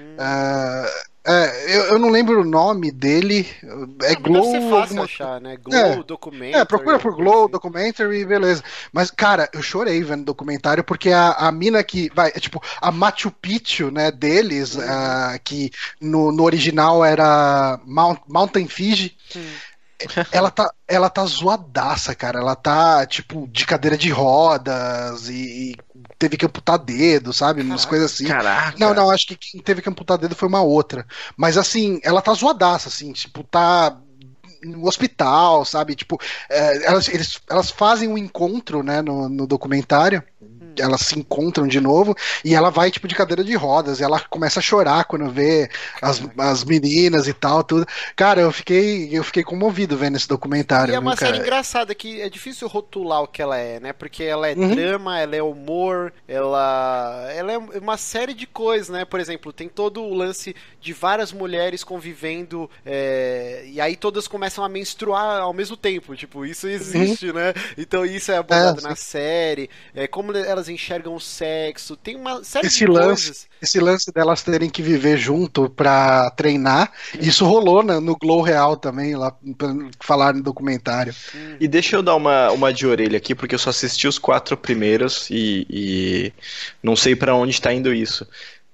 Eu não lembro o nome dele. Glow. Deve ser fácil achar, né? Glow Documentary. Procura por Glow Documentary, beleza. Mas, cara, eu chorei vendo o documentário porque a mina que vai, tipo, a Machu Picchu, né, deles, que no original era Mountain Fiji. Ela tá zoadaça, cara. Ela tá, tipo, de cadeira de rodas e teve que amputar dedo, sabe? Umas coisas assim. Caraca. Não, acho que quem teve que amputar dedo foi uma outra. Mas, assim, ela tá zoadaça, assim, tipo, tá no hospital, sabe? Tipo, elas fazem um encontro, né, no documentário. Elas se encontram de novo e ela vai, tipo, de cadeira de rodas e ela começa a chorar quando vê as meninas e tal, tudo. Cara, eu fiquei comovido vendo esse documentário. E é uma série engraçada, que é difícil rotular o que ela é, né? Porque ela é drama, ela é humor, ela é uma série de coisas, né? Por exemplo, tem todo o lance de várias mulheres convivendo e aí todas começam a menstruar ao mesmo tempo, tipo, isso existe, né? Então isso é abordado na série, como elas enxergam o sexo, tem uma série de coisas. Esse lance delas terem que viver junto pra treinar, isso rolou no Glow Real também, lá falaram no documentário. E deixa eu dar uma de orelha aqui, porque eu só assisti os 4 primeiros e não sei pra onde tá indo isso.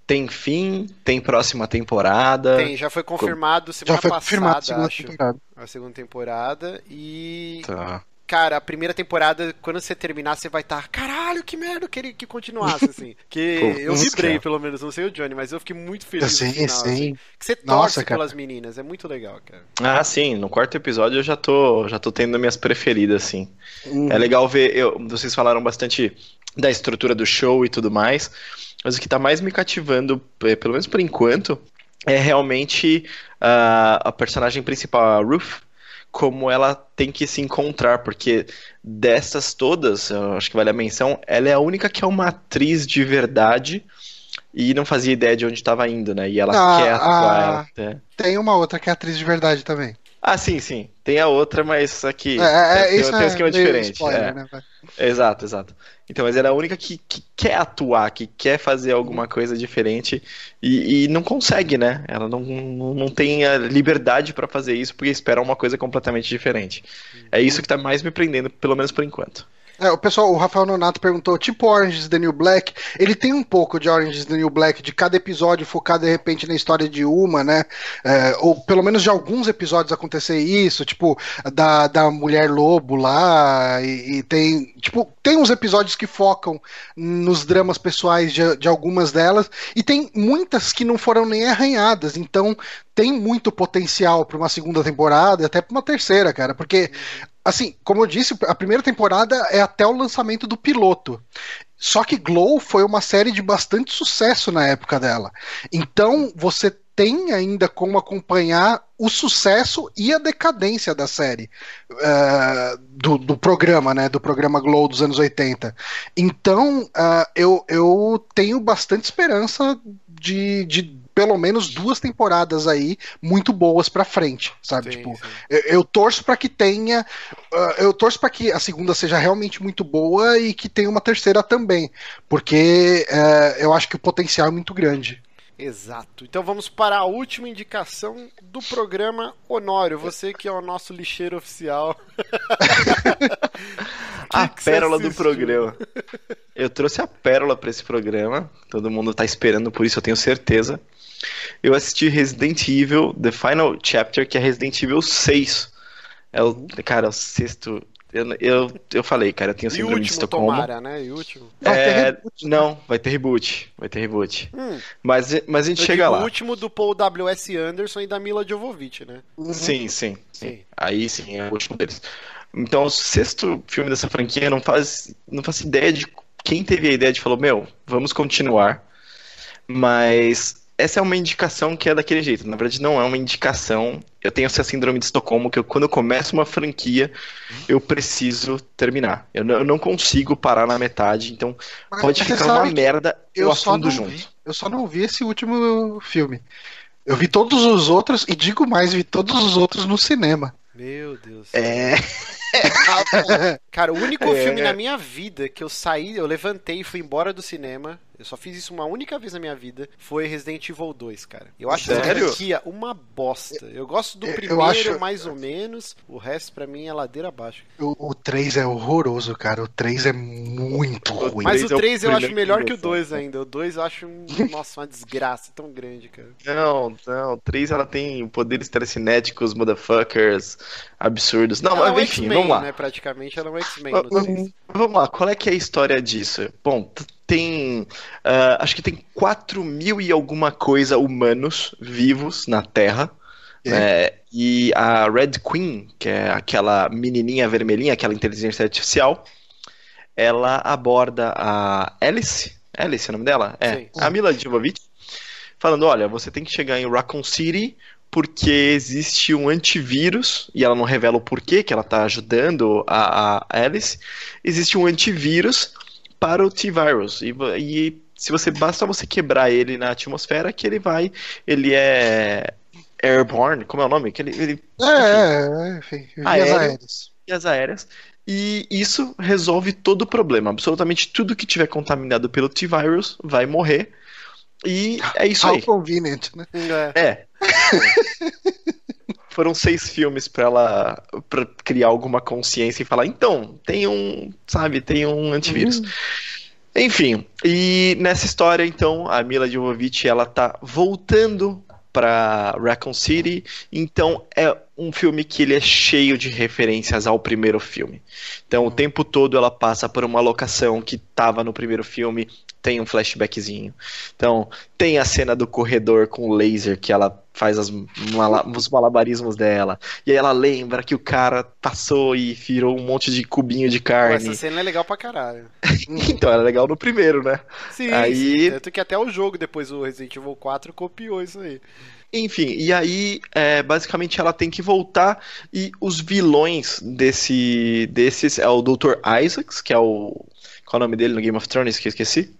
tem fim, tem próxima temporada. Tem, já foi confirmado semana passada, acho. A segunda temporada. E. Tá. Cara, a primeira temporada, quando você terminar, você vai estar. Caralho, que merda, eu queria que continuasse, assim. Que eu vibrei, pelo menos, não sei o Johnny, mas eu fiquei muito feliz no final. Assim, que você torce pelas meninas, é muito legal, cara. Ah, sim, no quarto episódio eu já tô tendo minhas preferidas, assim. É legal ver, vocês falaram bastante da estrutura do show e tudo mais, mas o que tá mais me cativando, pelo menos por enquanto, é realmente a personagem principal, a Ruth, como ela tem que se encontrar, porque dessas todas, eu acho que vale a menção, ela é a única que é uma atriz de verdade e não fazia ideia de onde estava indo, né? E ela quer atuar. Tem uma outra que é atriz de verdade também. Ah, sim. Tem a outra, mas aqui isso tem um esquema diferente. Spoiler, né? Exato. Então, mas ela é a única que quer atuar, que quer fazer alguma coisa diferente e não consegue, né? Ela não tem a liberdade pra fazer isso porque espera uma coisa completamente diferente. É isso que tá mais me prendendo, pelo menos por enquanto. O Rafael Nonato perguntou, tipo Orange is the New Black, ele tem um pouco de Orange is the New Black, de cada episódio focar de repente na história de uma, né, ou pelo menos de alguns episódios acontecer isso, tipo, da Mulher Lobo lá, e tem uns episódios que focam nos dramas pessoais de algumas delas, e tem muitas que não foram nem arranhadas, então tem muito potencial para uma segunda temporada, e até para uma terceira, cara, porque assim, como eu disse, a primeira temporada é até o lançamento do piloto. Só que Glow foi uma série de bastante sucesso na época dela. Então, você tem ainda como acompanhar o sucesso e a decadência da série, do programa, né? Do programa Glow dos anos 80. Então, eu tenho bastante esperança de pelo menos 2 temporadas aí muito boas pra frente, sabe? Sim. Eu torço pra que tenha, eu torço pra que a segunda seja realmente muito boa e que tenha uma terceira também, porque eu acho que o potencial é muito grande. Exato. Então vamos para a última indicação do programa. Honório, você que é o nosso lixeiro oficial. A pérola do programa. Eu trouxe a pérola para esse programa. Todo mundo tá esperando por isso, eu tenho certeza. Eu assisti Resident Evil The Final Chapter, que é Resident Evil 6. É o sexto. Eu falei, cara, eu tenho síndrome de Estocolmo. Tomara, né? E último. Vai ter reboot, né? Não, vai ter reboot. Mas a gente chega lá. O último do Paul W.S. Anderson e da Mila Jovovich, né? Sim. Aí sim, é o último deles. Então, o sexto filme dessa franquia, eu não faço ideia de quem teve a ideia de falar, vamos continuar. Mas essa é uma indicação que é daquele jeito. Na verdade, não é uma indicação. Eu tenho essa síndrome de Estocolmo, que quando eu começo uma franquia, eu preciso terminar. Eu não consigo parar na metade, então pode ficar uma merda, eu afundo junto. Eu só não vi esse último filme. Eu vi todos os outros, e digo mais, vi todos os outros no cinema. Meu Deus. É. Cara, o único filme na minha vida que eu saí, eu levantei e fui embora do cinema, eu só fiz isso uma única vez na minha vida, foi Resident Evil 2, cara. Eu acho essa franquia uma bosta. Eu gosto do primeiro, mais ou menos, o resto pra mim é ladeira abaixo. O 3 é horroroso, cara. O 3 é muito ruim. Mas o 3 eu acho melhor que o 2 ainda. O 2 eu acho, uma desgraça tão grande, cara. Não, o 3 ela tem poderes telecinéticos, motherfuckers, absurdos. Não, mas enfim, vamos lá. Né? Praticamente ela é um X-Men. Vamos lá, qual é que é a história disso? Bom, tem, acho que tem 4.000 e alguma coisa humanos vivos na Terra. E a Red Queen, que é aquela menininha vermelhinha, aquela inteligência artificial, ela aborda a Alice é o nome dela? Sim. A Mila Jovovich, falando, olha, você tem que chegar em Raccoon City porque existe um antivírus, e ela não revela o porquê que ela está ajudando a Alice, existe um antivírus para o T-Virus, e se basta você quebrar ele na atmosfera que ele é airborne, como é o nome? Enfim, vias aéreas. E isso resolve todo o problema. Absolutamente tudo que tiver contaminado pelo T-Virus vai morrer. E é isso aí. Convenient, né? Foram 6 filmes pra criar alguma consciência e falar, então, tem um antivírus. Enfim, e nessa história, então, a Mila Jovovich, ela tá voltando pra Raccoon City, então é um filme que ele é cheio de referências ao primeiro filme. Então, o tempo todo ela passa por uma locação que tava no primeiro filme, tem um flashbackzinho. Então, tem a cena do corredor com o laser, que ela faz os malabarismos dela. E aí ela lembra que o cara passou e virou um monte de cubinho de Pô, carne. essa cena é legal pra caralho. Então, era legal no primeiro, né? Sim, Aí- sim. Tanto que até o jogo, depois o Resident Evil 4, copiou isso aí. Enfim, e aí, basicamente, ela tem que voltar e os vilões desses é o Dr. Isaacs, que é o... Qual é o nome dele no Game of Thrones, que eu esqueci?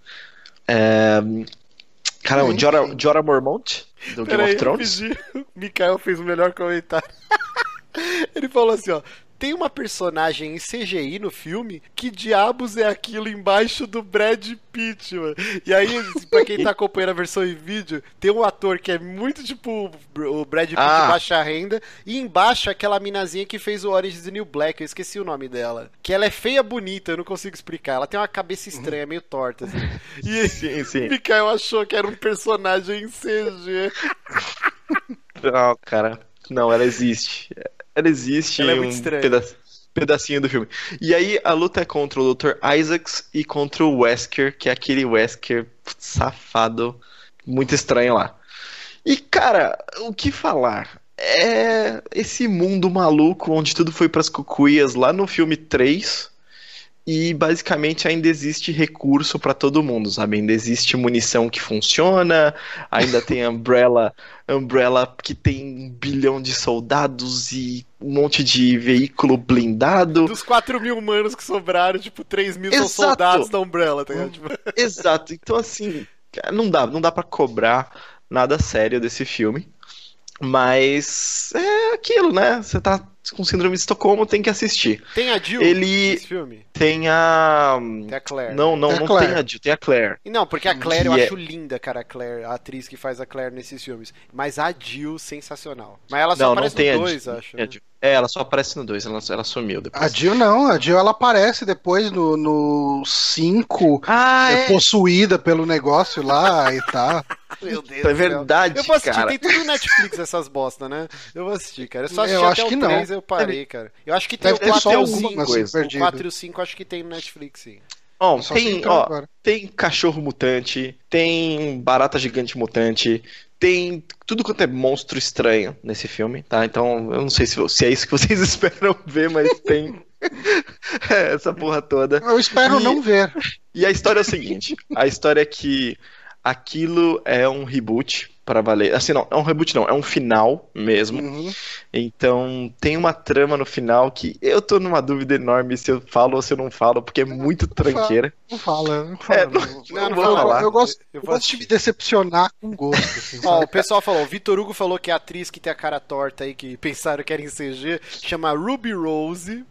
Caramba, Jorah Mormont, do Game of Thrones. O Mikael fez o melhor comentário. Ele falou assim, ó. Tem uma personagem em CGI no filme, que diabos é aquilo embaixo do Brad Pitt, mano? E aí, pra quem tá acompanhando a versão em vídeo, tem um ator que é muito tipo o Brad Pitt de baixa renda, e embaixo aquela minazinha que fez o Orange is the New Black, eu esqueci o nome dela. Que ela é feia bonita, eu não consigo explicar. Ela tem uma cabeça estranha, meio torta, assim. E Sim. o Mikael achou que era um personagem em CG. Não, cara, não, ela existe. Ela existe Ela é em muito estranha. pedacinho do filme. E aí a luta é contra o Dr. Isaacs e contra o Wesker, que é aquele Wesker safado, muito estranho lá. E cara, o que falar? É esse mundo maluco onde tudo foi pras cucuias lá no filme 3. E basicamente ainda existe recurso pra todo mundo, sabe? Ainda existe munição que funciona, ainda tem Umbrella que tem 1 bilhão de soldados e um monte de veículo blindado. Dos 4.000 humanos que sobraram, tipo, 3.000 são Exato. soldados da Umbrella, tá ligado? Tipo, Exato. Então assim, cara, não dá para cobrar nada sério desse filme. Mas é aquilo, né? Você tá com síndrome de Estocolmo, tem que assistir. tem a Jill Ele nesse filme? tem a... Tem a Claire. Não Tem a tem Claire. a Jill, tem a Claire. E não, porque a Claire eu Que é- acho linda, cara, a Claire, a atriz que faz a Claire nesses filmes. Mas a Jill, sensacional. Mas ela só Não aparece tem no a 2, Jill, acho. tem a né? Jill. Ela só aparece no 2, ela sumiu depois. A Jill não, a Jill ela aparece depois no 5, possuída pelo negócio lá e tal. Meu Deus É do céu. verdade, Eu vou assistir, cara. tem tudo no Netflix essas bosta, né? Eu vou assistir, cara. Eu só assisti Eu até acho que o não. 3 eu parei, cara. Eu acho que tem Deve o ter 4 só e o alguma 5. coisa O perdida. 4 e o 5 acho que tem no Netflix, sim. Ó, Só tem, sei ó, agora. tem cachorro mutante, tem barata gigante mutante, tem tudo quanto é monstro estranho nesse filme, tá? Então, eu não sei se é isso que vocês esperam ver, mas tem essa porra toda. Eu espero E- não ver. E a história é o seguinte, a história é que aquilo é um reboot para valer. Assim, não, é um reboot não, é um final mesmo. Uhum. Então, tem uma trama no final que eu tô numa dúvida enorme se eu falo ou se eu não falo, porque é muito tranqueira. Não fala, não fala. Não vou fala, falar. Eu gosto, Eu eu vou gosto de assistir. me decepcionar com gosto. Assim, Ó, sabe? o pessoal falou, o Vitor Hugo falou que a atriz que tem a cara torta aí, que pensaram que era em CG, chama Ruby Rose.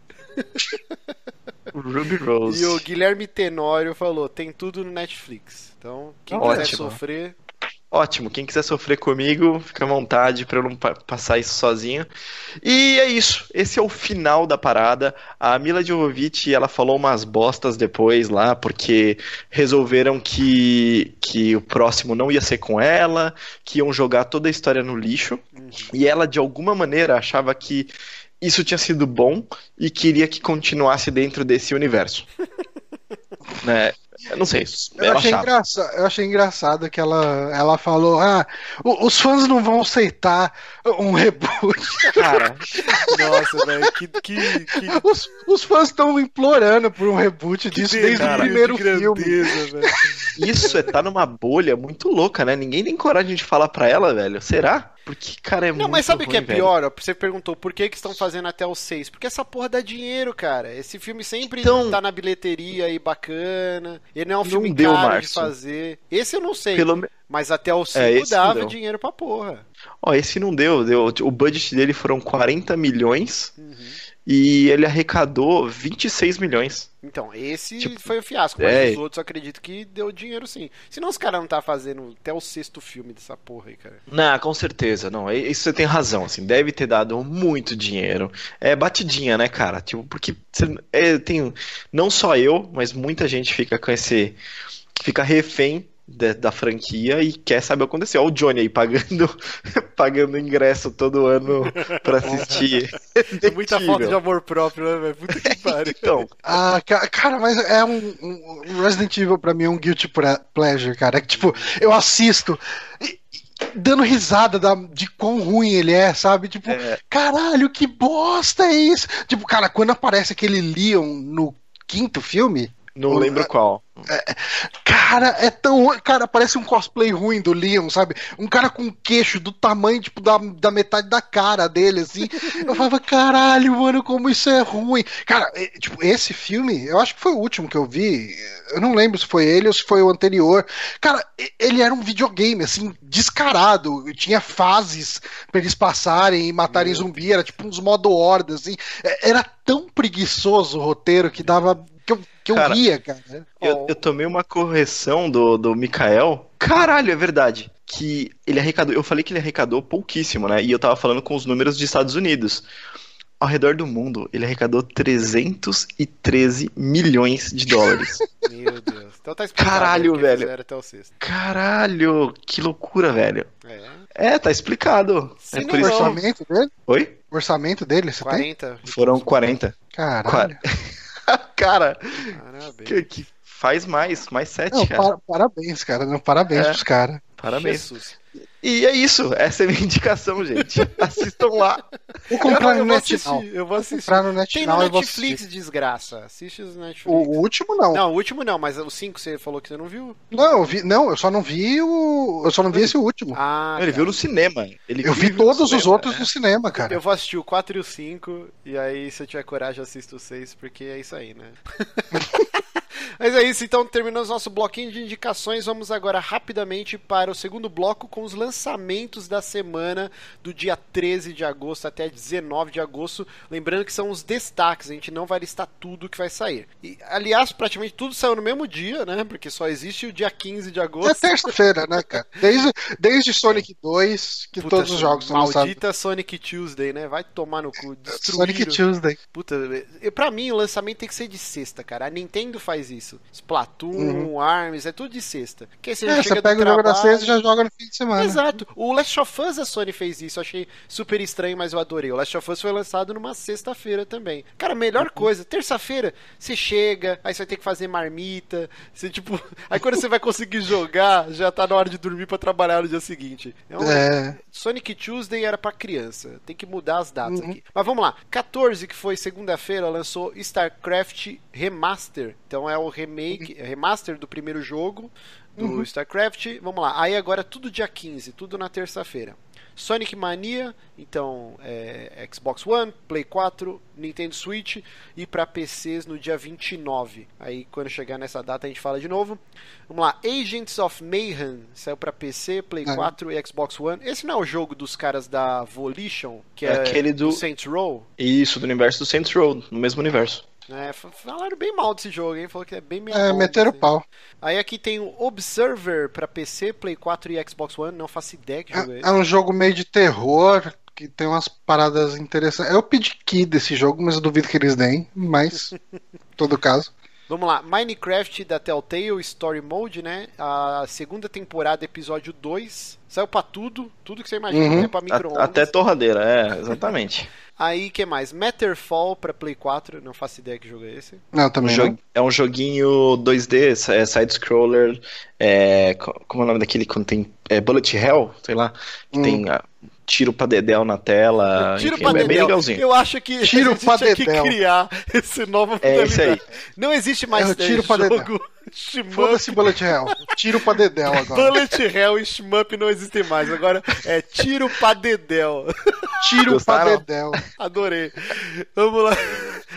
Ruby Rose. E o Guilherme Tenório falou, tem tudo no Netflix. Então, quem Ótimo. quiser sofrer... Ótimo, quem quiser sofrer comigo, fica à vontade pra eu não passar isso sozinho. E é isso, esse é o final da parada. A Mila Jovovich, ela falou umas bostas depois lá, porque resolveram que o próximo não ia ser com ela, que iam jogar toda a história no lixo. E ela, de alguma maneira, achava que isso tinha sido bom e queria que continuasse dentro desse universo. Né? Eu não sei, ela achava. Eu achei engraçado que ela falou: os fãs não vão aceitar um reboot. Cara, Nossa, velho, que Os fãs estão implorando por um reboot disso desde o cara, primeiro de filme. grandeza, velho. isso tá numa bolha muito louca, né? Ninguém tem coragem de falar pra ela, velho. Será? Porque, cara, é muito Não, mas sabe o que é ruim, velho. pior? Ó, você perguntou por que estão fazendo até o 6. Porque essa porra dá dinheiro, cara. Esse filme sempre Então- tá na bilheteria aí bacana. Ele não é um Não filme deu, caro de Márcio. fazer. Esse eu não sei. Pelo... Mas até o 5 esse não dava deu. dinheiro pra porra. Ó, esse não deu. O budget dele foram 40 milhões. e ele arrecadou 26 milhões. Então, esse Tipo, foi o fiasco, mas os outros eu acredito que deu dinheiro sim. Senão os caras não tá fazendo até o 6º filme dessa porra aí, cara. Não, com certeza, não. Isso você tem razão, assim, deve ter dado muito dinheiro. É batidinha, né, cara? Tipo, porque tem não só eu, mas muita gente fica com esse, fica refém da franquia e quer saber o que aconteceu. Olha o Johnny aí pagando ingresso todo ano pra assistir. Tem muita Resident falta de Evil. amor próprio, né, velho? Puta que pariu. Então, Cara, mas é um Resident Evil pra mim é um guilty pleasure, cara. É que, tipo, eu assisto dando risada de quão ruim ele é, sabe? Tipo, caralho, que bosta é isso? Tipo, cara, quando aparece aquele Leon no 5º filme. não lembro qual. Cara, é tão. Cara, parece um cosplay ruim do Leon, sabe? Um cara com queixo do tamanho, tipo, da metade da cara dele, assim. Eu falava, caralho, mano, como isso é ruim. Cara, tipo, esse filme, eu acho que foi o último que eu vi. Eu não lembro se foi ele ou se foi o anterior. Cara, ele era um videogame, assim, descarado. Tinha fases pra eles passarem e matarem zumbi. Era tipo uns modo horda, assim. Era tão preguiçoso o roteiro que dava. Que eu Cara, ria, cara. Eu tomei uma correção do Mikael. Caralho, é verdade. Que ele arrecadou. Eu falei que ele arrecadou pouquíssimo, né? E eu tava falando com os números dos Estados Unidos. Ao redor do mundo, ele arrecadou 313 milhões de dólares. Meu Deus. Então tá explicado. Caralho, porque velho. fizeram até o 6º. Caralho, que loucura, velho. Tá explicado. Sim, É não, por O isso. não. orçamento dele? Oi? O orçamento dele, você tem? 40. Foram 40. Caralho. Cara, Parabéns. que faz mais 7, Não, cara. parabéns, cara. Não, parabéns pros caras. Parabéns. Jesus. E é isso, essa é a minha indicação, gente. Assistam lá. Vou comprar no eu vou assistir, NetNow. eu vou assistir. Comprar no Tem no NetNow e vou Netflix, assistir. desgraça. Assiste os Netflix. O último não. Não, o último não, mas o 5 você falou que você não viu? Não, eu só não vi o. Eu só não vi esse último. Ah, Ele tá. viu no cinema. Eu vi todos os outros no cinema, cara. Eu vou assistir o 4 e o 5, e aí se eu tiver coragem assisto o 6, porque é isso aí, né? Mas é isso, então terminamos nosso bloquinho de indicações. Vamos agora rapidamente para o segundo bloco com os lançamentos da semana do dia 13 de agosto até 19 de agosto. Lembrando que são os destaques, a gente não vai listar tudo que vai sair. E, aliás, praticamente tudo saiu no mesmo dia, né? Porque só existe o dia 15 de agosto. É terça-feira, né, cara? Desde Sonic 2, que Puta, todos os jogos são lançados. maldita Sonic Tuesday, né? Vai tomar no cu. Destruíram. Sonic Tuesday. Puta, pra mim o lançamento tem que ser de sexta, cara. A Nintendo faz isso. Splatoon, ARMS, é tudo de sexta. Que aí você já chega Você pega do o jogo da trabalho... sexta e já joga no fim de semana. Exato. O Last of Us a Sony fez isso. Eu achei super estranho, mas eu adorei. O Last of Us foi lançado numa sexta-feira também. Cara, melhor coisa. Terça-feira, você chega, aí você vai ter que fazer marmita. Você, tipo... Aí quando você vai conseguir jogar, já tá na hora de dormir pra trabalhar no dia seguinte. Sonic Tuesday era pra criança. Tem que mudar as datas aqui. Mas vamos lá. 14, que foi segunda-feira, lançou StarCraft Remaster. Então é o remaster do primeiro jogo do StarCraft. Vamos lá. Aí agora tudo dia 15, tudo na terça-feira. Sonic Mania, então Xbox One, Play 4, Nintendo Switch e para PCs no dia 29. Aí quando chegar nessa data a gente fala de novo. Vamos lá, Agents of Mayhem saiu para PC, Play 4 e Xbox One. Esse não é o jogo dos caras da Volition, que é aquele do Saints Row? Isso, do universo do Saints Row, no mesmo universo. Falaram bem mal desse jogo, hein? Falou que é bem meio meteram o pau. Aí aqui tem o Observer pra PC, Play 4 e Xbox One. Não faço ideia que jogo é esse. É um jogo meio de terror, que tem umas paradas interessantes. Eu pedi key desse jogo, mas eu duvido que eles deem. Mas, em todo caso. Vamos lá, Minecraft da Telltale, Story Mode, né? A segunda temporada, episódio 2. Saiu pra tudo que você imagina, né? Pra micro-ondas. Até torradeira, exatamente. Aí, que mais? Matterfall pra Play 4, não faço ideia que jogo é esse. Não, também não. É um joguinho 2D, side-scroller, como é o nome daquele quando tem Bullet Hell, sei lá, que tem tiro pra dedéu na tela, Tiro enfim, pra é bem dedéu. legalzinho. Eu acho que Tiro a gente pra tinha que dedéu. criar esse novo Isso aí. Não existe mais É o tiro pra dedéu. jogo shmup. Foda-se Bullet Hell. Tiro pra dedéu agora. Bullet Hell e shmup não existem mais. Agora é tiro pra dedéu. Tiro Gostaram? pra dedéu. Adorei. Vamos lá.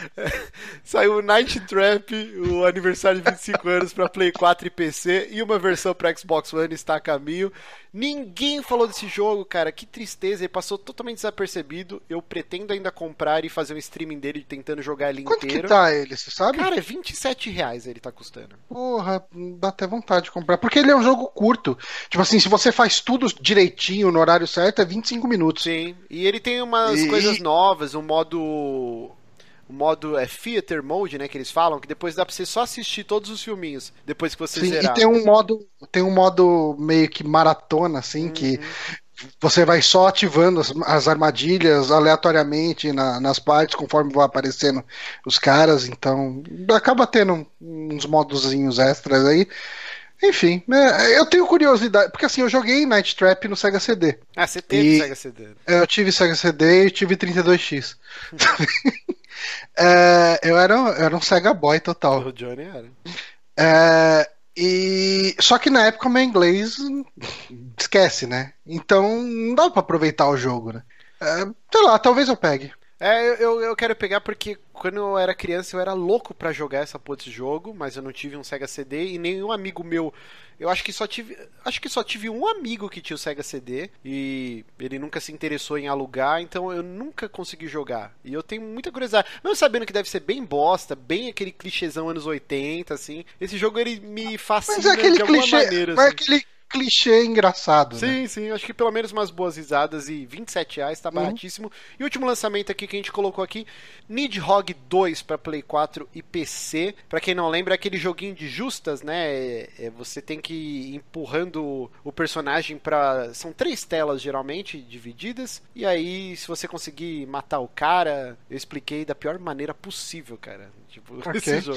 Saiu o Night Trap, o aniversário de 25 anos pra Play 4 e PC, e uma versão pra Xbox One está a caminho. Ninguém falou desse jogo, cara, que tristeza, ele passou totalmente desapercebido. Eu pretendo ainda comprar e fazer um streaming dele tentando jogar ele Quanto inteiro. que tá ele, você sabe? Cara, R$27 ele tá custando. Porra, dá até vontade de comprar. Porque ele é um jogo curto. Tipo assim, se você faz tudo direitinho, no horário certo, é 25 minutos. Sim, e ele tem umas coisas novas, um modo Theater Mode, né, que eles falam, que depois dá pra você só assistir todos os filminhos, depois que você Sim, zerar. e tem um modo meio que maratona, assim, que você vai só ativando as armadilhas aleatoriamente nas partes, conforme vão aparecendo os caras, então acaba tendo uns modozinhos extras aí. Enfim, né, eu tenho curiosidade, porque assim, eu joguei Night Trap no Sega CD. Ah, você teve Sega CD. Eu tive Sega CD e tive 32X. Eu era um Sega Boy total. O Johnny era. Só que na época o meu inglês esquece, né? Então não dá pra aproveitar o jogo, né? Sei lá, talvez eu pegue. Eu quero pegar porque quando eu era criança eu era louco pra jogar essa porra desse jogo, mas eu não tive um Sega CD e nenhum amigo meu. Eu acho que só tive um amigo que tinha o Sega CD e ele nunca se interessou em alugar, então eu nunca consegui jogar. E eu tenho muita curiosidade. Mesmo sabendo que deve ser bem bosta, bem aquele clichêzão anos 80, assim. Esse jogo ele me fascina de alguma maneira. Mas é assim. aquele clichê engraçado, Sim, né? sim, acho que pelo menos umas boas risadas e R$27 tá baratíssimo. E o último lançamento aqui que a gente colocou aqui, Nidhogg 2 para Play 4 e PC. Pra quem não lembra, é aquele joguinho de justas, né? Você tem que ir empurrando o personagem pra... São 3 telas geralmente divididas. E aí, se você conseguir matar o cara, eu expliquei da pior maneira possível, cara. Tipo, esse jogo.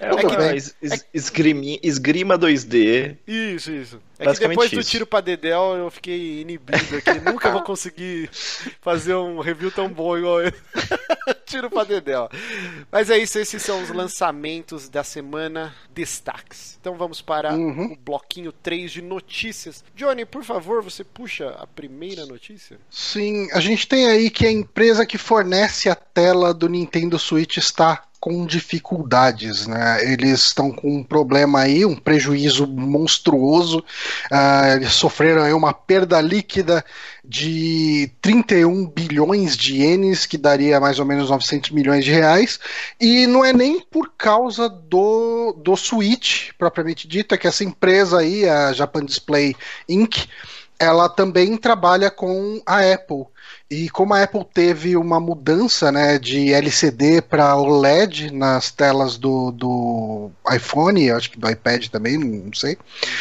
Esgrima 2D. Isso. É que depois do tiro pra Dedel eu fiquei inibido aqui. Nunca vou conseguir fazer um review tão bom igual ele. Tiro pra Dedel. Mas é isso, esses são os lançamentos da semana, destaques. Então vamos para o bloquinho 3 de notícias. Johnny, por favor, você puxa a primeira notícia? Sim, a gente tem aí que a empresa que fornece a tela do Nintendo Switch está com dificuldades, né? Eles estão com um problema aí, um prejuízo monstruoso. Eles sofreram aí uma perda líquida de 31 bilhões de ienes, que daria mais ou menos 900 milhões de reais, e não é nem por causa do Switch, propriamente dito, é que essa empresa aí, a Japan Display Inc., ela também trabalha com a Apple. E como a Apple teve uma mudança, né, de LCD para OLED nas telas do iPhone, acho que do iPad também, não sei,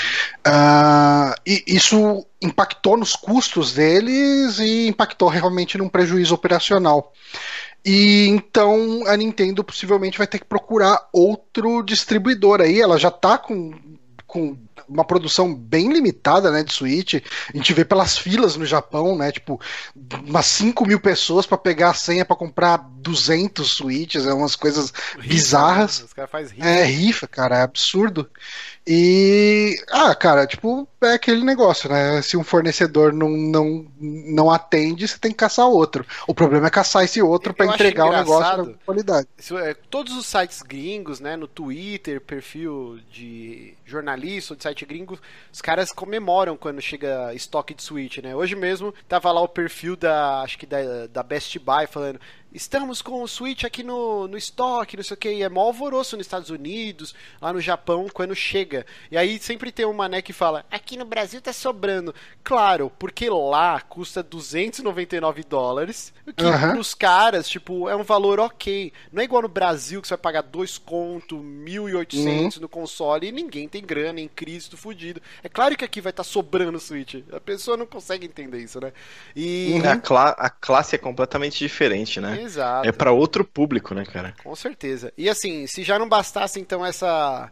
e isso impactou nos custos deles e impactou realmente num prejuízo operacional. E então a Nintendo possivelmente vai ter que procurar outro distribuidor aí. Ela já está com uma produção bem limitada, né, de Switch. A gente vê pelas filas no Japão, né, tipo, umas 5 mil pessoas para pegar a senha para comprar 200 Switches, umas coisas bizarras. Os caras fazem rifa. Rifa, cara, é absurdo. E, cara, tipo, é aquele negócio, né? Se um fornecedor não atende, você tem que caçar outro. O problema é caçar esse outro para entregar o negócio com qualidade. Todos os sites gringos, né, no Twitter, perfil de jornalista ou de site gringo, os caras comemoram quando chega estoque de Switch, né? Hoje mesmo tava lá o perfil da Best Buy falando: estamos com o Switch aqui no estoque, não sei o que, e é mó alvoroço nos Estados Unidos, lá no Japão, quando chega. E aí sempre tem um mané que fala: aqui no Brasil tá sobrando. Claro, porque lá custa $299, o que pros caras, tipo, é um valor ok. Não é igual no Brasil que você vai pagar 2 conto, 1.800 no console e ninguém tem grana, em crise, tudo fudido. É claro que aqui vai estar sobrando o Switch. A pessoa não consegue entender isso, né? E... A classe é completamente diferente, né? Exato. É pra outro público, né, cara? Com certeza. E assim, se já não bastasse então essa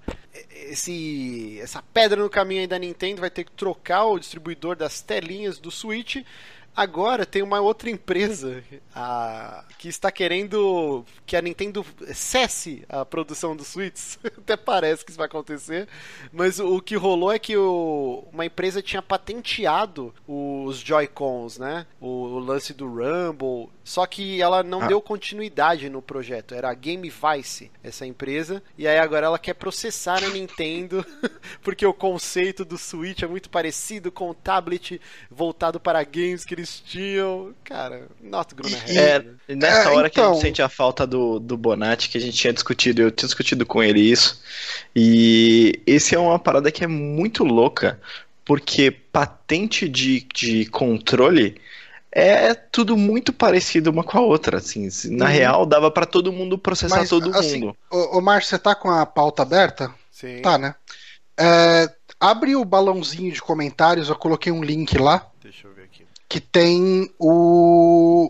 pedra no caminho aí da Nintendo, vai ter que trocar o distribuidor das telinhas do Switch. Agora tem uma outra empresa que está querendo que a Nintendo cesse a produção dos Switches. Até parece que isso vai acontecer. Mas o que rolou é que uma empresa tinha patenteado os Joy-Cons, né? O lance do Rumble. Só que ela não deu continuidade no projeto. Era a Game Vice, essa empresa. E aí agora ela quer processar a Nintendo porque o conceito do Switch é muito parecido com o tablet voltado para games que eles tinham. Cara, not gonna happen. Nessa hora que a gente sente a falta do Bonatti, que a gente tinha discutido, eu tinha discutido com ele isso. E esse é uma parada que é muito louca, porque patente de controle é tudo muito parecido uma com a outra, assim. Na real, dava pra todo mundo processar todo mundo. Ô, Márcio, você tá com a pauta aberta? Sim. Tá, né? Abre o balãozinho de comentários, eu coloquei um link lá. Deixa eu ver aqui. Que tem o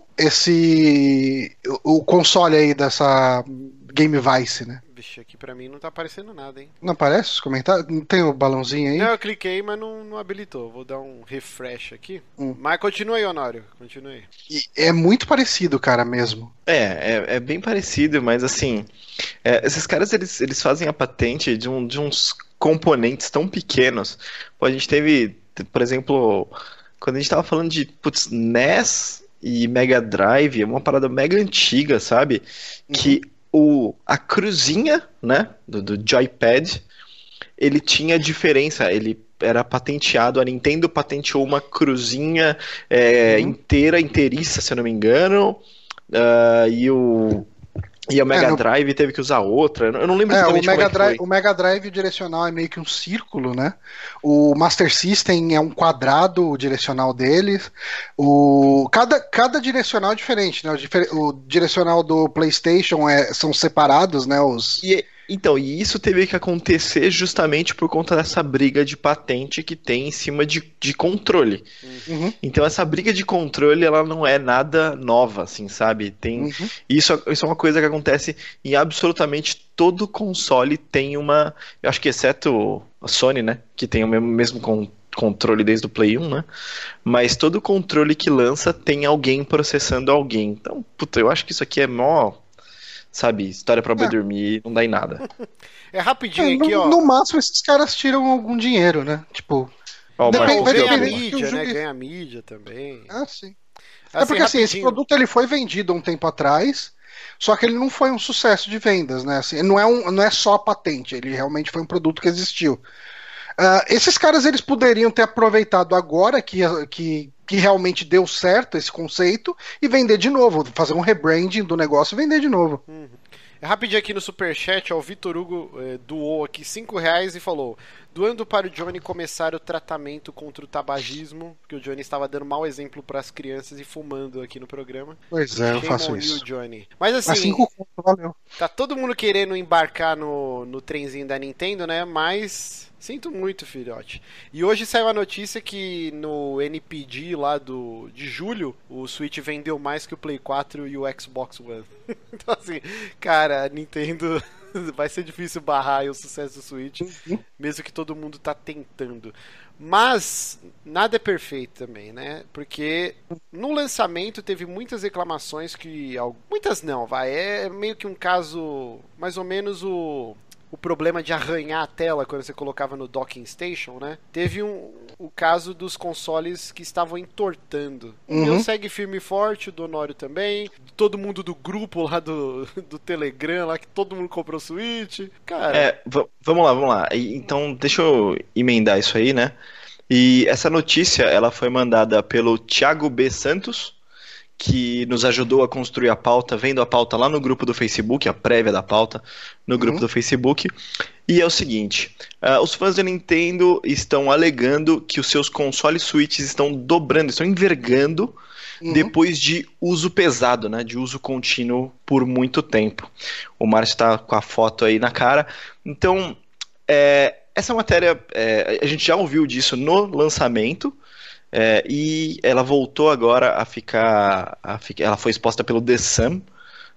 console aí dessa Game Vice, né? Vixe, aqui pra mim não tá aparecendo nada, hein? Não aparece os comentários? Não tem o balãozinho aí? Não, eu cliquei, mas não habilitou. Vou dar um refresh aqui. Mas continua aí, Honório. Continua aí. É muito parecido, cara, mesmo. É bem parecido, mas assim, esses caras, eles fazem a patente de uns componentes tão pequenos. Pô, a gente teve, por exemplo, quando a gente tava falando de NES e Mega Drive, é uma parada mega antiga, sabe? Que a cruzinha, né, do joypad, ele tinha diferença, ele era patenteado, a Nintendo patenteou uma cruzinha inteiriça, se eu não me engano, e o Mega Drive teve que usar outra. Eu não lembro exatamente como é que foi. O Mega Drive direcional é meio que um círculo, né? O Master System é um quadrado, o direcional deles. Cada direcional é diferente, né? O direcional do PlayStation são separados, né? E isso teve que acontecer justamente por conta dessa briga de patente que tem em cima de controle. Então essa briga de controle, ela não é nada nova, assim, sabe? Isso é uma coisa que acontece em absolutamente todo console. Tem uma... Eu acho que exceto a Sony, né? Que tem o mesmo controle desde o Play 1, né? Mas todo controle que lança tem alguém processando alguém. Então, puta, eu acho que isso aqui é mó... Sabe, história pra dormir, não dá em nada. É rapidinho aqui, ó. No máximo, esses caras tiram algum dinheiro, né? Tipo. Ganha mídia, né? Ganha mídia também. Sim. Assim, porque assim, esse produto ele foi vendido um tempo atrás, só que ele não foi um sucesso de vendas, né? Assim, não é só a patente, ele realmente foi um produto que existiu. Esses caras eles poderiam ter aproveitado agora que realmente deu certo esse conceito e vender de novo, fazer um rebranding do negócio e vender de novo. Rapidinho aqui no Superchat, o Vitor Hugo doou aqui R$5 e falou: doando para o Johnny começar o tratamento contra o tabagismo, que o Johnny estava dando mau exemplo para as crianças e fumando aqui no programa. Pois é, eu faço isso. Johnny. Mas assim, valeu. Tá todo mundo querendo embarcar no trenzinho da Nintendo, né? Mas sinto muito, filhote. E hoje saiu a notícia que no NPD lá de julho, o Switch vendeu mais que o Play 4 e o Xbox One. Então assim, cara, a Nintendo vai ser difícil barrar aí o sucesso do Switch, mesmo que todo mundo tá tentando. Mas nada é perfeito também, né? Porque no lançamento teve muitas reclamações que... Muitas não, é meio que um caso, mais ou menos o problema de arranhar a tela quando você colocava no docking station, né? Teve o caso dos consoles que estavam entortando. O meu segue firme e forte, o do Honório também. Todo mundo do grupo lá do Telegram, lá que todo mundo comprou Switch. Cara... Vamos lá. Então, deixa eu emendar isso aí, né? E essa notícia, ela foi mandada pelo Thiago B. Santos, que nos ajudou a construir a pauta, vendo a pauta lá no grupo do Facebook, a prévia da pauta, no grupo do Facebook. E é o seguinte, os fãs da Nintendo estão alegando que os seus consoles Switches estão dobrando, estão envergando depois de uso pesado, né, de uso contínuo por muito tempo. O Márcio está com a foto aí na cara. Então, essa matéria, a gente já ouviu disso no lançamento, e ela voltou agora a ficar... Ela foi exposta pelo The Sun,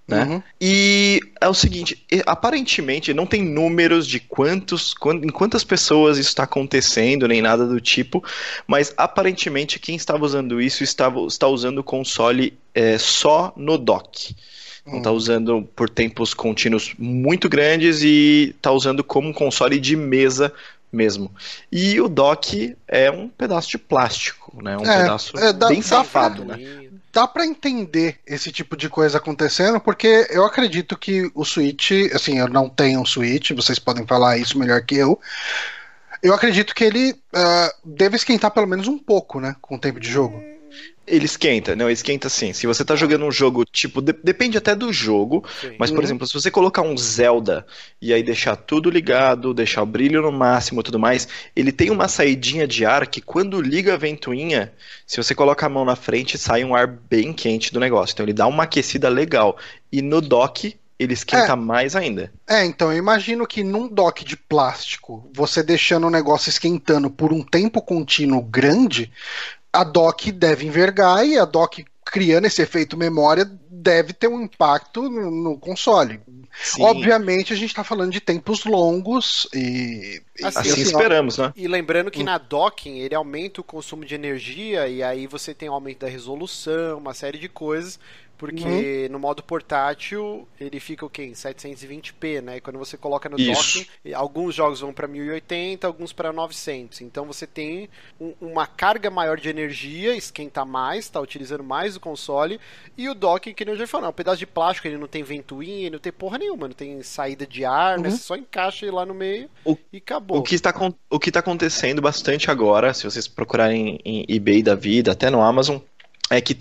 né? Uhum. E é o seguinte, aparentemente não tem números de em quantas pessoas isso está acontecendo, nem nada do tipo, mas aparentemente quem estava usando isso está usando o console só no dock. Não está usando por tempos contínuos muito grandes e está usando como um console de mesa mesmo. E o dock é um pedaço de plástico, né? Um pedaço bem safado, né? Dá pra entender esse tipo de coisa acontecendo, porque eu acredito que o Switch, assim, eu não tenho um Switch, vocês podem falar isso melhor que eu. Eu acredito que ele deve esquentar pelo menos um pouco, né, com o tempo de jogo. Ele esquenta, não, esquenta sim. Se você tá jogando um jogo, tipo, depende até do jogo, Sim. mas, por exemplo, se você colocar um Zelda e aí deixar tudo ligado, deixar o brilho no máximo e tudo mais, ele tem uma saidinha de ar que quando liga a ventoinha, se você coloca a mão na frente, sai um ar bem quente do negócio. Então ele dá uma aquecida legal. E no dock, ele esquenta mais ainda. Então eu imagino que num dock de plástico, você deixando o negócio esquentando por um tempo contínuo grande, a dock deve envergar e a dock criando esse efeito memória deve ter um impacto no console. Sim. Obviamente a gente está falando de tempos longos e assim esperamos, né? E lembrando que na docking ele aumenta o consumo de energia e aí você tem aumento da resolução, uma série de coisas. Porque no modo portátil ele fica o quê? Em 720p, né? E quando você coloca no docking, alguns jogos vão para 1080, alguns para 900. Então você tem uma carga maior de energia, esquenta mais, está utilizando mais o console. E o docking, que nem eu já falei, é um pedaço de plástico, ele não tem ventoinha, ele não tem porra nenhuma, não tem saída de ar, né? Você só encaixa ele lá no meio e acabou. O que está acontecendo bastante agora, se vocês procurarem em eBay da vida, até no Amazon, é que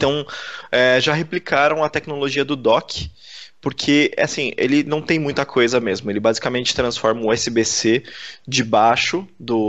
já replicaram a tecnologia do dock, porque, assim, ele não tem muita coisa mesmo. Ele basicamente transforma o USB-C debaixo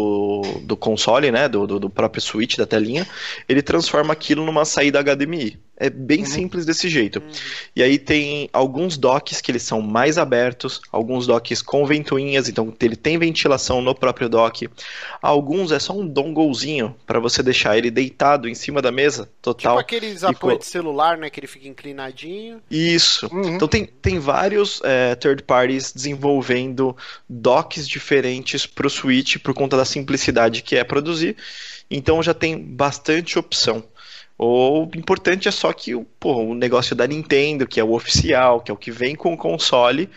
do console, né, do próprio switch, da telinha, ele transforma aquilo numa saída HDMI. É bem simples desse jeito. E aí tem alguns docks que eles são mais abertos, alguns docks com ventoinhas, então ele tem ventilação no próprio dock. Alguns é só um donglezinho para você deixar ele deitado em cima da mesa, total. Tipo aqueles apoios de celular, né, que ele fica inclinadinho. Isso. Então tem vários third parties desenvolvendo docks diferentes para o Switch por conta da simplicidade que é produzir. Então já tem bastante opção. O importante é só que o negócio da Nintendo, que é o oficial, que é o que vem com o console,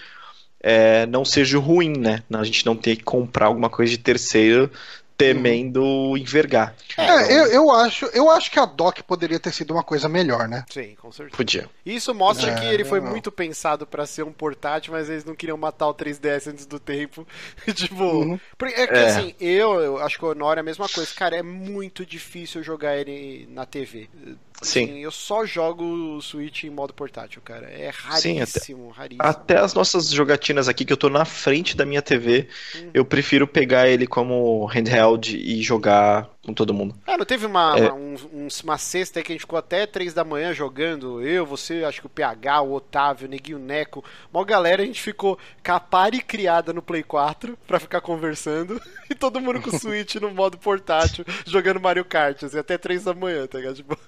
não seja ruim, né? A gente não ter que comprar alguma coisa de terceiro temendo envergar. Eu acho que a dock poderia ter sido uma coisa melhor, né? Sim, com certeza. Podia. Isso mostra que ele foi muito pensado pra ser um portátil, mas eles não queriam matar o 3DS antes do tempo. Tipo, assim, eu acho que o Honor é a mesma coisa. Cara, é muito difícil jogar ele na TV. Sim. Assim, eu só jogo o Switch em modo portátil, cara. É raríssimo, raríssimo. Até as nossas jogatinas aqui, que eu tô na frente da minha TV, eu prefiro pegar ele como handheld e jogar com todo mundo. Não teve uma sexta aí que a gente ficou até 3 da manhã jogando, eu, você, acho que o PH, o Otávio, o Neguinho, o Neco, uma galera, a gente ficou capara e criada no Play 4 pra ficar conversando, e todo mundo com o Switch no modo portátil, jogando Mario Kart, assim, até 3 da manhã, tá ligado? Tipo,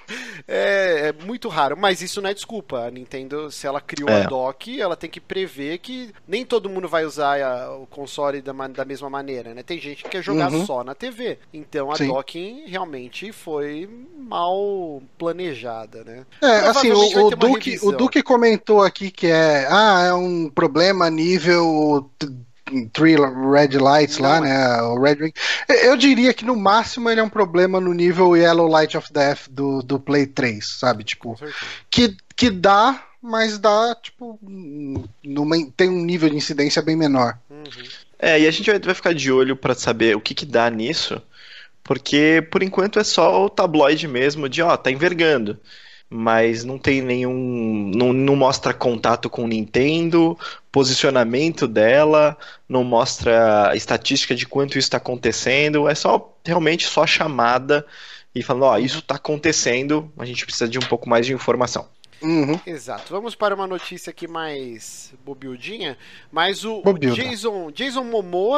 é muito raro, mas isso não é desculpa. A Nintendo, se ela criou a dock, ela tem que prever que nem todo mundo vai usar o console da mesma maneira, né? Tem gente que quer jogar só na TV, então a docking realmente foi mal planejada, né? Assim, o Duque comentou aqui que é um problema nível 3 Red Lights lá, né? O Red Ring. Eu diria que no máximo ele é um problema no nível Yellow Light of Death do Play 3, sabe? Tipo, que dá, mas dá, tipo, tem um nível de incidência bem menor. E a gente vai ficar de olho pra saber o que dá nisso. Porque, por enquanto, é só o tabloide mesmo de, tá envergando. Mas não tem nenhum... Não mostra contato com o Nintendo, posicionamento dela, não mostra estatística de quanto isso está acontecendo. É realmente só chamada e falando, isso está acontecendo, a gente precisa de um pouco mais de informação. Exato. Vamos para uma notícia aqui mais bobiudinha. Mas o Jason Momoa,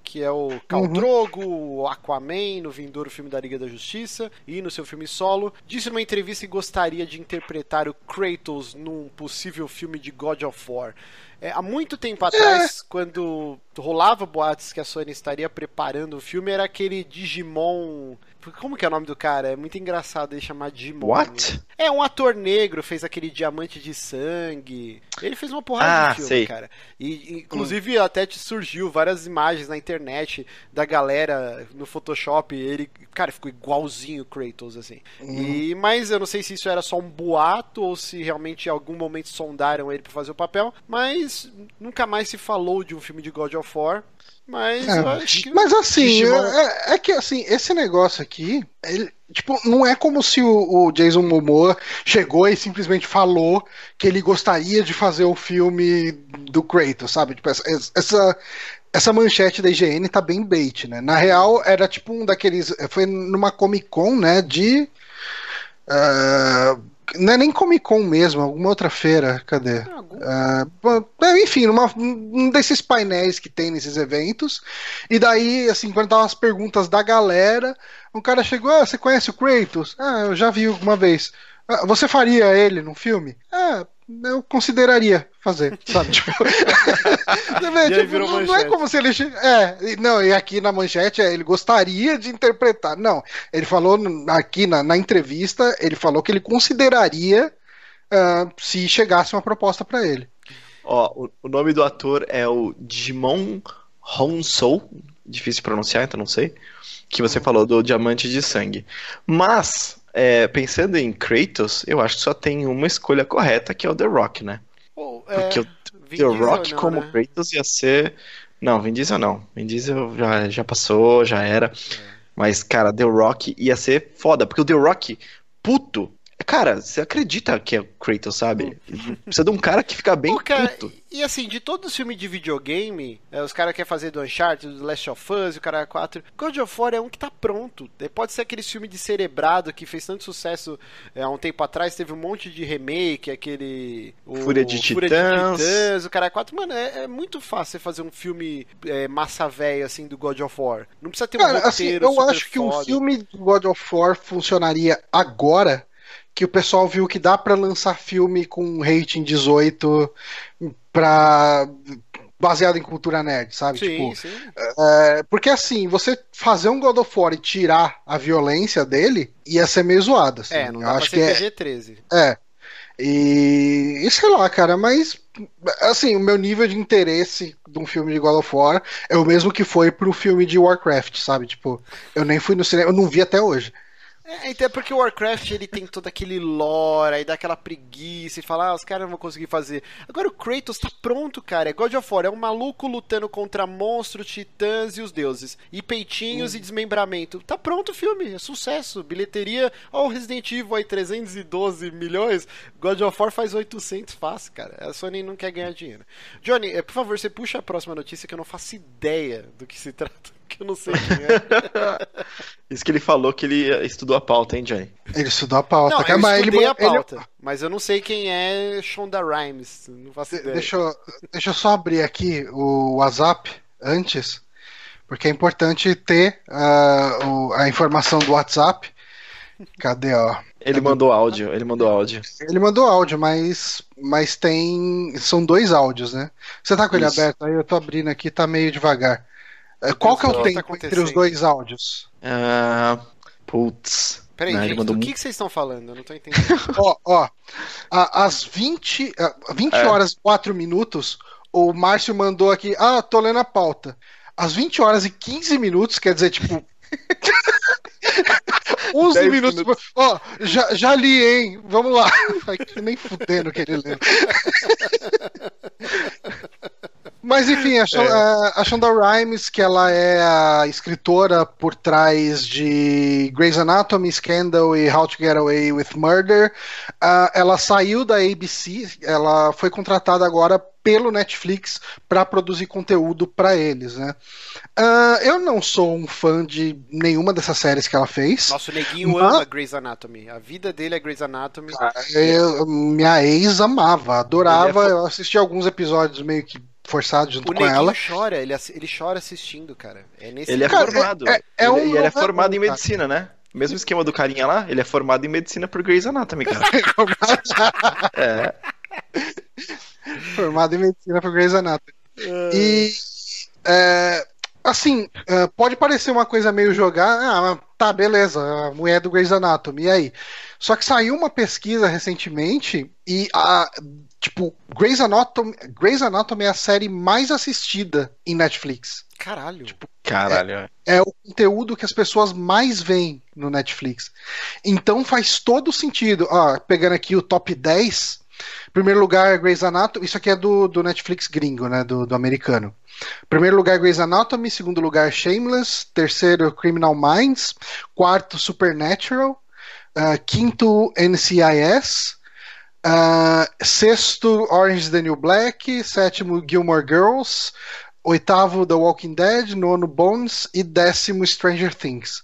que é o Khal Drogo, o Aquaman, no vindouro filme da Liga da Justiça e no seu filme solo, disse numa entrevista que gostaria de interpretar o Kratos num possível filme de God of War. Há muito tempo atrás, quando rolava boatos que a Sony estaria preparando o filme, era aquele Digimon... Como que é o nome do cara? É muito engraçado ele chamar Digimon. What? É um ator negro, fez aquele Diamante de Sangue. Ele fez uma porrada de filme, sei. cara. E inclusive até te surgiu várias imagens na internet da galera no Photoshop. Ele, cara, ficou igualzinho o Kratos, assim. Mas eu não sei se isso era só um boato ou se realmente em algum momento sondaram ele pra fazer o papel. Mas nunca mais se falou de um filme de God of War. Mas eu acho que... Mas assim, Digimon... é que assim, esse negócio aqui, ele, tipo, não é como se o Jason Momoa chegou e simplesmente falou que ele gostaria de fazer o filme do Kratos, sabe? Tipo, essa manchete da IGN tá bem bait, né? Na real, era tipo um daqueles... Foi numa Comic Con, né, não é nem Comic Con mesmo, alguma outra feira, cadê? Enfim, um desses painéis que tem nesses eventos. E daí, assim, quando estavam as perguntas da galera, um cara chegou: você conhece o Kratos? Eu já vi alguma vez. Você faria ele num filme? Eu consideraria fazer, sabe? Tipo, não é como se ele... não, e aqui na manchete ele gostaria de interpretar. Não, ele falou aqui na entrevista, ele falou que ele consideraria se chegasse uma proposta pra ele. Ó, o nome do ator é o Djimon Hounsou, difícil de pronunciar, então não sei, que você falou do Diamante de Sangue. Mas... pensando em Kratos, eu acho que só tem uma escolha correta, que é o The Rock, né? Porque o The Rock não, como né? Kratos ia ser... Não, Vin Diesel não. Vin Diesel já passou, já era. Mas, cara, The Rock ia ser foda, porque o The Rock, puto... Cara, você acredita que é o Kratos, sabe? Precisa de um cara que fica bem puto. E assim, de todos os filmes de videogame, os caras querem fazer do Uncharted, do Last of Us, o cara 4. God of War é um que tá pronto. Pode ser aquele filme de cerebrado que fez tanto sucesso há um tempo atrás, teve um monte de remake, aquele... Fúria de Titãs, o cara 4. Mano, é muito fácil você fazer um filme massa velha, assim, do God of War. Não precisa ter um roteiro assim, eu acho que um filme do God of War funcionaria agora, que o pessoal viu que dá pra lançar filme com rating 18 baseado em cultura nerd, sabe? Sim, tipo, sim. Porque assim, você fazer um God of War e tirar a violência dele ia ser meio zoado. Assim. Não dá pra ser PG-13. E sei lá, cara, mas assim, o meu nível de interesse de um filme de God of War é o mesmo que foi pro filme de Warcraft, sabe? Tipo, eu nem fui no cinema, eu não vi até hoje. Até porque o Warcraft ele tem todo aquele lore, aí dá aquela preguiça e fala, os caras não vão conseguir fazer. Agora o Kratos tá pronto, cara. É God of War, é um maluco lutando contra monstros, titãs e os deuses. E peitinhos e desmembramento. Tá pronto o filme, é sucesso. Bilheteria, o Resident Evil aí, 312 milhões. God of War faz 800 fácil, cara. A Sony não quer ganhar dinheiro. Johnny, por favor, você puxa a próxima notícia que eu não faço ideia do que se trata. Que eu não sei quem é. Isso que ele falou que ele estudou a pauta, hein, Johnny? Ele estudou a pauta. Não, eu estudei a pauta, mas eu não sei quem é Shonda Rhimes. Não faço ideia. Deixa eu só abrir aqui o WhatsApp antes, porque é importante ter a informação do WhatsApp. Cadê, ó? Ele mandou áudio. Ele mandou áudio, mas são 2 áudios, né? Você tá com ele aberto? Aí eu tô abrindo aqui, tá meio devagar. Qual que é o tempo entre os 2 áudios? Putz. Peraí, gente, do que vocês estão falando? Eu não tô entendendo. Às 20 horas e 4 minutos, o Márcio mandou aqui, tô lendo a pauta. Às 20 horas e 15 minutos, quer dizer, tipo... 11 minutos. Já li, hein? Vamos lá. Nem fudendo que ele leu. Mas enfim, a Shonda Rhimes, que ela é a escritora por trás de Grey's Anatomy, Scandal e How to Get Away with Murder, ela saiu da ABC, ela foi contratada agora pelo Netflix para produzir conteúdo para eles, né? Eu não sou um fã de nenhuma dessas séries que ela fez. Nossa, o neguinho ama Grey's Anatomy. A vida dele é Grey's Anatomy. Minha ex amava, adorava. Eu assisti alguns episódios meio que forçado junto O com neguinho ela. chora, ele chora assistindo, cara. É nesse Ele é Cara, formado. um E ele é formado novelão, em medicina, né? Mesmo esquema do carinha lá, ele é formado em medicina por Grey's Anatomy, cara. É. Formado em medicina por Grey's Anatomy. E, assim, pode parecer uma coisa meio jogar. Ah, tá, beleza, a mulher do Grey's Anatomy, e aí? Só que saiu uma pesquisa recentemente e, tipo, Grey's Anatomy é a série mais assistida em Netflix. Caralho. Caralho. É o conteúdo que as pessoas mais veem no Netflix. Então faz todo sentido. Ó, pegando aqui o top 10, primeiro lugar, Grey's Anatomy. Isso aqui é do Netflix gringo, né? Do americano. Primeiro lugar, Grey's Anatomy. Segundo lugar, Shameless. Terceiro, Criminal Minds. Quarto, Supernatural. Quinto, NCIS. Sexto, Orange is the New Black. Sétimo, Gilmore Girls. Oitavo, The Walking Dead. Nono, Bones. E décimo, Stranger Things.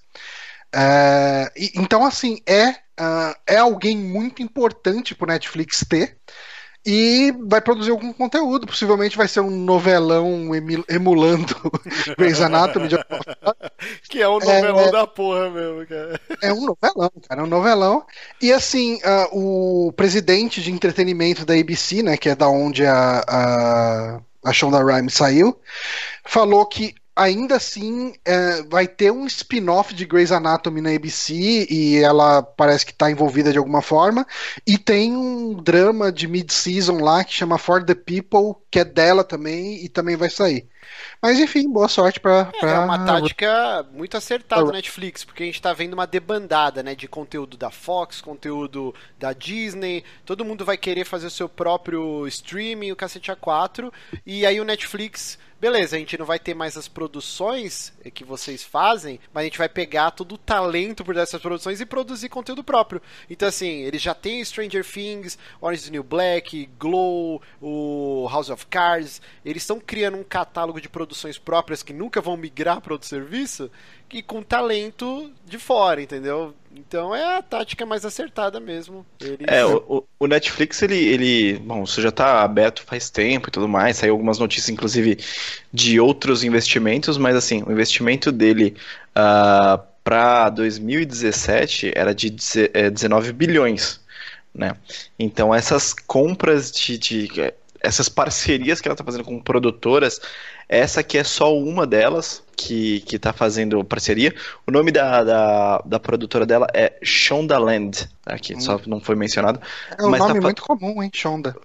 Então, assim, é alguém muito importante pro Netflix ter. E vai produzir algum conteúdo. Possivelmente vai ser um novelão emulando Grey's Anatomy. Que é um novelão da porra mesmo, cara. É um novelão, cara. É um novelão. E assim, o presidente de entretenimento da ABC, né, que é da onde a Shonda Rhimes saiu, falou que ainda assim vai ter um spin-off de Grey's Anatomy na ABC e ela parece que está envolvida de alguma forma. E tem um drama de mid-season lá que chama For the People, que é dela também e também vai sair. Mas enfim, boa sorte pra... É uma tática muito acertada do Netflix, porque a gente tá vendo uma debandada, né, de conteúdo da Fox, conteúdo da Disney, todo mundo vai querer fazer o seu próprio streaming, o cacete A4, e aí o Netflix... Beleza, a gente não vai ter mais as produções que vocês fazem, mas a gente vai pegar todo o talento por dessas produções e produzir conteúdo próprio. Então, assim, eles já têm Stranger Things, Orange is the New Black, Glow, o House of Cards. Eles estão criando um catálogo de produções próprias que nunca vão migrar para outro serviço e com talento de fora, entendeu? Então é a tática mais acertada mesmo. O Netflix, bom, isso já tá aberto faz tempo e tudo mais, saiu algumas notícias, inclusive, de outros investimentos, mas assim, o investimento dele para 2017 era de 19 bilhões, né? Então essas compras essas parcerias que ela tá fazendo com produtoras, essa aqui é só uma delas que tá fazendo parceria. O nome da produtora dela é Shondaland, aqui só não foi mencionado. É um nome muito comum, hein, Shonda.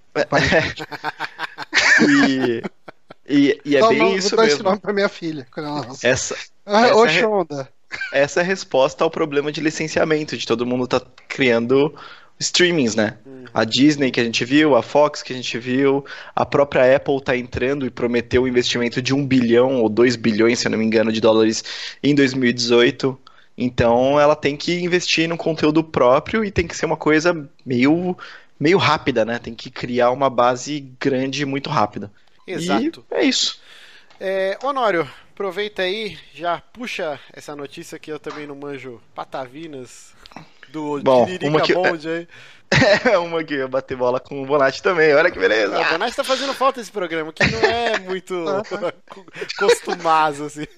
E é bem isso mesmo. Vou dar esse nome pra minha filha. Shonda. Essa é a resposta ao problema de licenciamento, de todo mundo tá criando streamings, né? A Disney que a gente viu, a Fox que a gente viu, a própria Apple tá entrando e prometeu um investimento de 1 bilhão ou 2 bilhões, se eu não me engano, de dólares em 2018. Então ela tem que investir no conteúdo próprio e tem que ser uma coisa meio rápida, né? Tem que criar uma base grande muito rápida. Exato. E é isso. Honório, aproveita aí, já puxa essa notícia que eu também não manjo patavinas do Tiririca Bond aí. Uma que eu bati bola com o Bonatti também, olha que beleza. O Bonatti tá fazendo falta esse programa, que não é muito costumazo, assim.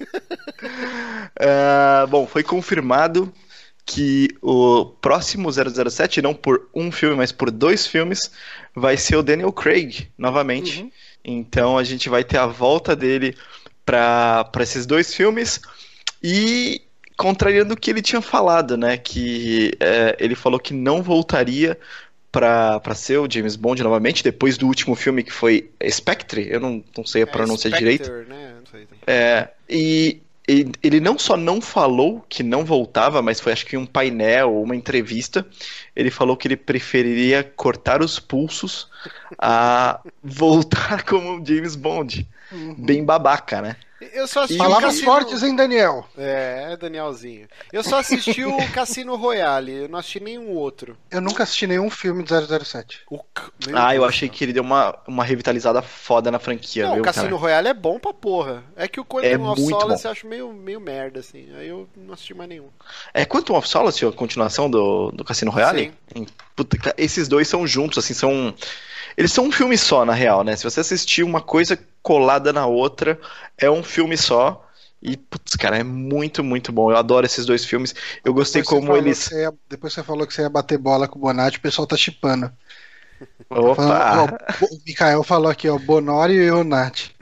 Bom, foi confirmado que o próximo 007, não por um filme, mas por 2 filmes, vai ser o Daniel Craig, novamente. Uhum. Então a gente vai ter a volta dele para esses 2 filmes e... contrariando o que ele tinha falado, né? Que ele falou que não voltaria pra ser o James Bond novamente, depois do último filme que foi Spectre, eu não sei a pronúncia direito. Né? Não sei. E ele não só não falou que não voltava, mas foi acho que em um painel ou uma entrevista, ele falou que ele preferiria cortar os pulsos a voltar como James Bond. Uhum. Bem babaca, né? Eu só assisti Palavras fortes, hein, Daniel? Danielzinho. Eu só assisti o Cassino Royale, eu não assisti nenhum outro. Eu nunca assisti nenhum filme de 007. Eu achei que ele deu uma revitalizada foda na franquia. Não, viu, o Cassino Royale é bom pra porra. É que o Quantum of Solace eu acho meio merda, assim. Aí eu não assisti mais nenhum. É Quantum of Solace, a continuação do Cassino Royale? Sim. Puta, esses 2 são juntos, assim, são... Eles são um filme só, na real, né? Se você assistir uma coisa colada na outra, é um filme só. E, putz, cara, é muito, muito bom. Eu adoro esses dois filmes. Eu gostei como eles... Depois você falou que você ia bater bola com o Bonatti, o pessoal tá chipando. Opa! O Mikael falou aqui, ó, Bonório e o Nat.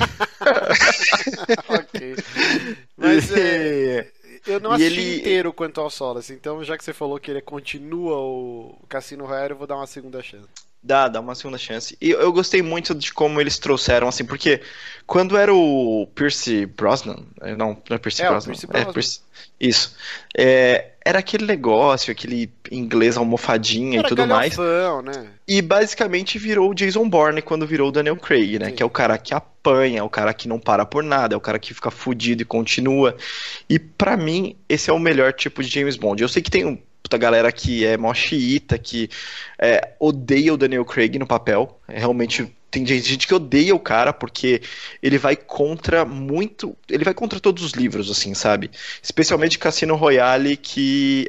Ok. Mas eu não assisti inteiro quanto ao Solace, então já que você falou que ele continua o Cassino Royale, eu vou dar uma segunda chance. Dá uma segunda chance. E eu gostei muito de como eles trouxeram, assim, porque quando era o Pierce Brosnan, não é Pierce Brosnan, isso, era aquele negócio, aquele inglês almofadinha e tudo mais. Né? E basicamente virou o Jason Bourne quando virou o Daniel Craig, né? Sim. Que é o cara que apanha, é o cara que não para por nada, é o cara que fica fudido e continua. E pra mim, esse é o melhor tipo de James Bond. Eu sei que tem puta galera que é mó xiita, que odeia o Daniel Craig no papel. Realmente tem gente que odeia o cara porque ele vai contra todos os livros, assim, sabe? Especialmente Cassino Royale, que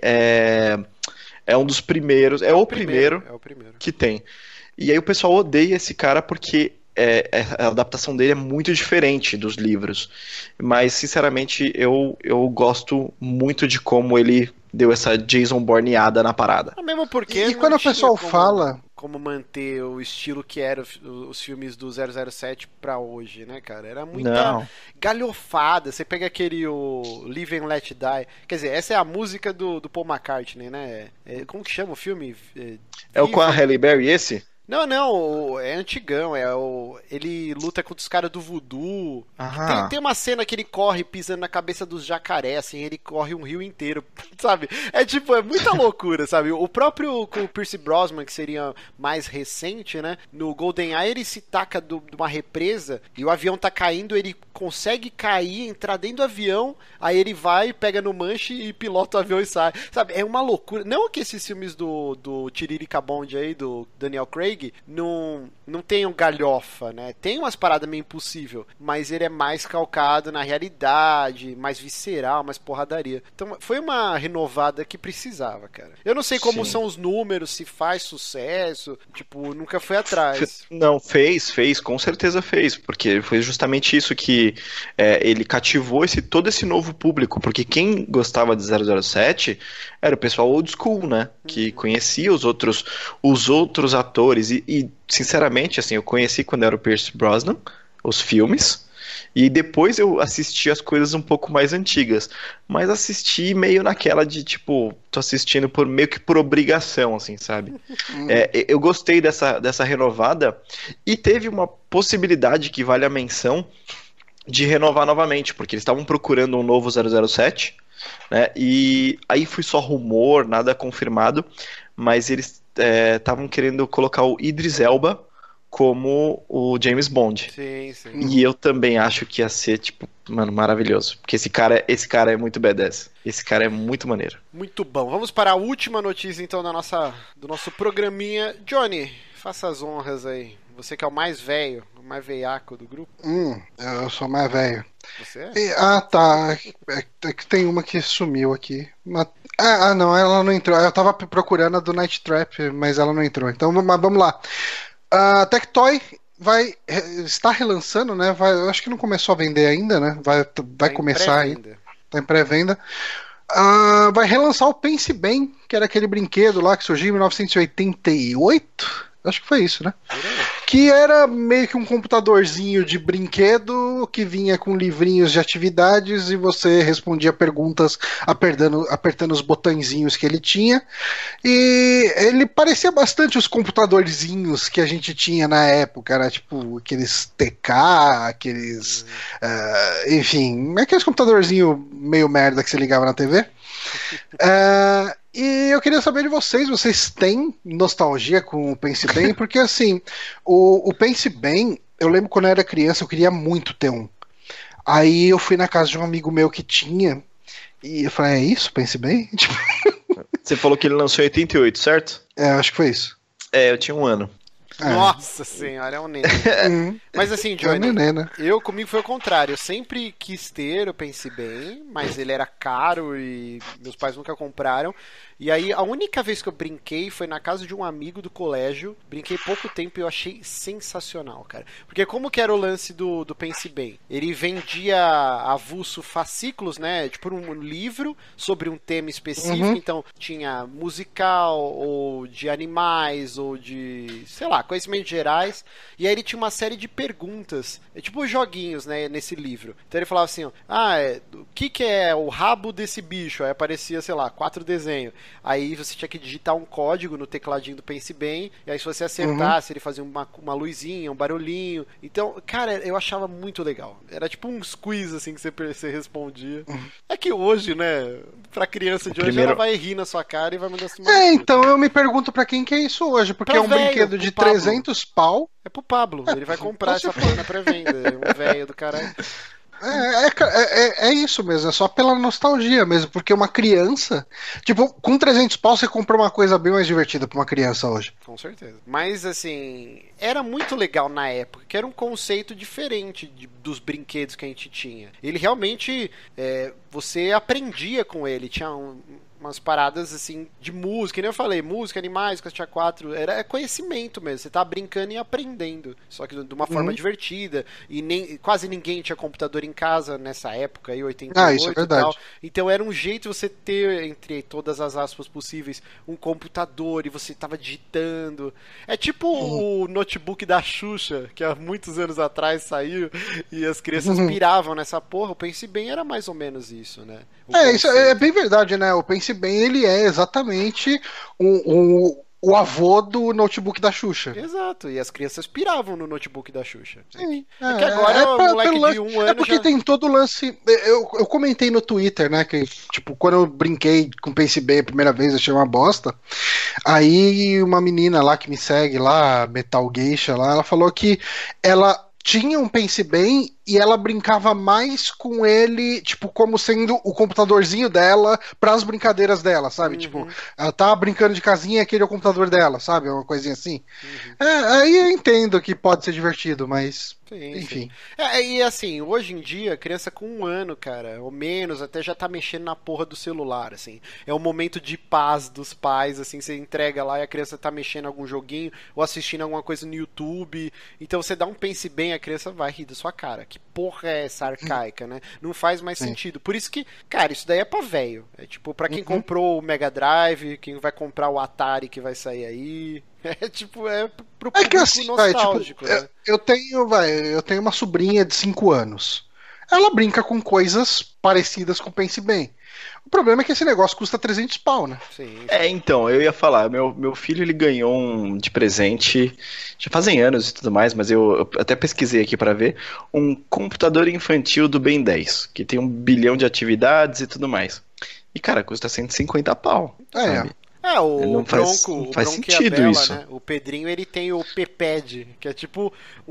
é um dos primeiros, é o primeiro que tem. E aí o pessoal odeia esse cara porque a adaptação dele é muito diferente dos livros. Mas, sinceramente, eu gosto muito de como ele deu essa Jason Bourneada na parada. Mesmo porque e quando o pessoal fala... Como manter o estilo que eram os filmes do 007 pra hoje, né, cara? Era muita galhofada. Você pega aquele o Live and Let Die. Quer dizer, essa é a música do Paul McCartney, né? Como que chama o filme? É o com a Halle Berry, esse? Não, é antigão, ele luta contra os caras do voodoo. Tem uma cena que ele corre pisando na cabeça dos jacarés, assim, ele corre um rio inteiro, sabe? É muita loucura, sabe? O próprio com o Pierce Brosnan, que seria mais recente, né? No GoldenEye ele se taca de uma represa e o avião tá caindo, ele consegue cair, entrar dentro do avião, aí ele vai, pega no manche e pilota o avião e sai. Sabe? É uma loucura. Não que esses filmes do Tiririca Bond aí, do Daniel Craig, não tem um galhofa, né? Tem umas paradas meio impossível, mas ele é mais calcado na realidade, mais visceral, mais porradaria. Então foi uma renovada que precisava, cara. Eu não sei como são os números, se faz sucesso, nunca foi atrás. Não, fez, com certeza fez, porque foi justamente isso que ele cativou todo esse novo público, porque quem gostava de 007 era o pessoal old school, né? Que conhecia os outros atores e sinceramente, assim, eu conheci quando era o Pierce Brosnan, os filmes, e depois eu assisti as coisas um pouco mais antigas, mas assisti meio naquela de, tô assistindo meio que por obrigação, assim, sabe? Eu gostei dessa renovada, e teve uma possibilidade que vale a menção de renovar novamente, porque eles estavam procurando um novo 007, né? E aí foi só rumor, nada confirmado, mas eles estavam querendo colocar o Idris Elba como o James Bond. Sim. E eu também acho que ia ser, mano, maravilhoso. Porque esse cara é muito badass. Esse cara é muito maneiro. Muito bom. Vamos para a última notícia, então, do nosso programinha. Johnny, faça as honras aí. Você que é o mais velho, o mais veiaco do grupo. Eu sou mais velho. Você é? Tá. É que tem uma que sumiu aqui. Não, ela não entrou. Eu tava procurando a do Night Trap, mas ela não entrou. Então, vamos lá. A Tectoy está relançando, né? Eu acho que não começou a vender ainda, né? Vai começar ainda. Tá em pré-venda. Vai relançar o Pense Bem, que era aquele brinquedo lá que surgiu em 1988. Acho que foi isso, né? Que era meio que um computadorzinho de brinquedo que vinha com livrinhos de atividades e você respondia perguntas apertando os botõezinhos que ele tinha. E ele parecia bastante os computadorzinhos que a gente tinha na época, era tipo aqueles TK, aqueles. Enfim, aqueles computadorzinhos meio merda que você ligava na TV. E eu queria saber de vocês têm nostalgia com o Pense Bem? Porque assim, o Pense Bem, eu lembro quando eu era criança, eu queria muito ter um. Aí eu fui na casa de um amigo meu que tinha, e eu falei, é isso, Pense Bem? Você falou que ele lançou em 88, certo? Acho que foi isso. Eu tinha 1 ano. Nossa senhora, é um neném. Mas assim, Johnny, né? comigo foi o contrário. Eu sempre quis ter, eu pensei bem, mas ele era caro e meus pais nunca compraram. E aí, a única vez que eu brinquei foi na casa de um amigo do colégio. Brinquei pouco tempo e eu achei sensacional, cara. Porque como que era o lance do Pense Bem? Ele vendia avulso fascículos, né? Tipo um livro sobre um tema específico. Então, tinha musical, ou de animais, ou de, sei lá, conhecimentos gerais. E aí ele tinha uma série de perguntas. É tipo joguinhos, né? Nesse livro. Então ele falava assim, o que é o rabo desse bicho? Aí aparecia, sei lá, 4 desenhos. Aí você tinha que digitar um código no tecladinho do Pense Bem, e aí se você acertasse, ele fazia uma luzinha, um barulhinho. Então, cara, eu achava muito legal. Era tipo uns quiz, assim, que você respondia. É que hoje, né, pra criança de hoje, ela vai rir na sua cara e vai mandar assim. Então eu me pergunto pra quem que é isso hoje, porque pra é um brinquedo de 300 pau. É pro Pablo, ele vai comprar essa porra na pré-venda, um velho do caralho. É isso mesmo, é só pela nostalgia mesmo, porque uma criança, tipo, com 300 pau você compra uma coisa bem mais divertida pra uma criança hoje. Com certeza. Mas, assim, era muito legal na época, que era um conceito diferente dos brinquedos que a gente tinha. Ele realmente, você aprendia com ele, tinha umas paradas assim de música, nem eu falei, música, animais, Castia 4, era conhecimento mesmo, você tá brincando e aprendendo, só que de uma forma divertida, e quase ninguém tinha computador em casa nessa época aí, 88 isso é e verdade. tal, então era um jeito de você ter, entre todas as aspas possíveis, um computador e você tava digitando, é tipo o notebook da Xuxa, que há muitos anos atrás saiu, e as crianças piravam nessa porra, o Pense Bem era mais ou menos isso, né? Isso é bem verdade, né? O Pense Bem, ele é exatamente o avô do notebook da Xuxa. Exato, e as crianças piravam no notebook da Xuxa. Sim, que agora o moleque de 1 ano porque tem todo o lance... Eu comentei no Twitter, né, que tipo, quando eu brinquei com o Pense Bem a primeira vez, eu achei uma bosta. Aí uma menina lá que me segue lá, Metal Geisha lá, ela falou que ela tinha um Pense Bem e ela brincava mais com ele, tipo, como sendo o computadorzinho dela pras brincadeiras dela, sabe? Tipo, ela tava brincando de casinha e aquele é o computador dela, sabe? Uma coisinha assim. Aí eu entendo que pode ser divertido, mas... Sim, enfim. Sim. E assim, hoje em dia, criança com 1 ano, cara, ou menos, até já tá mexendo na porra do celular, assim. É um momento de paz dos pais, assim, você entrega lá e a criança tá mexendo em algum joguinho ou assistindo alguma coisa no YouTube. Então você dá um Pense Bem, a criança vai rir da sua cara. Que porra é essa arcaica, né? Não faz mais sentido. Por isso que, cara, isso daí é pra velho. É tipo, pra quem comprou o Mega Drive, quem vai comprar o Atari que vai sair aí... É tipo, pro público assim, nostálgico, né? Eu tenho uma sobrinha de 5 anos. Ela brinca com coisas parecidas com Pense Bem. O problema é que esse negócio custa 300 pau, né? Sim. Então, eu ia falar, meu filho ele ganhou um de presente, já fazem anos e tudo mais, mas eu até pesquisei aqui pra ver, um computador infantil do Ben 10, que tem 1 bilhão de atividades e tudo mais. E, cara, custa 150 pau, sabe? O Bronco faz sentido Bela, isso. Né? O Pedrinho, ele tem o P-Pad, que é tipo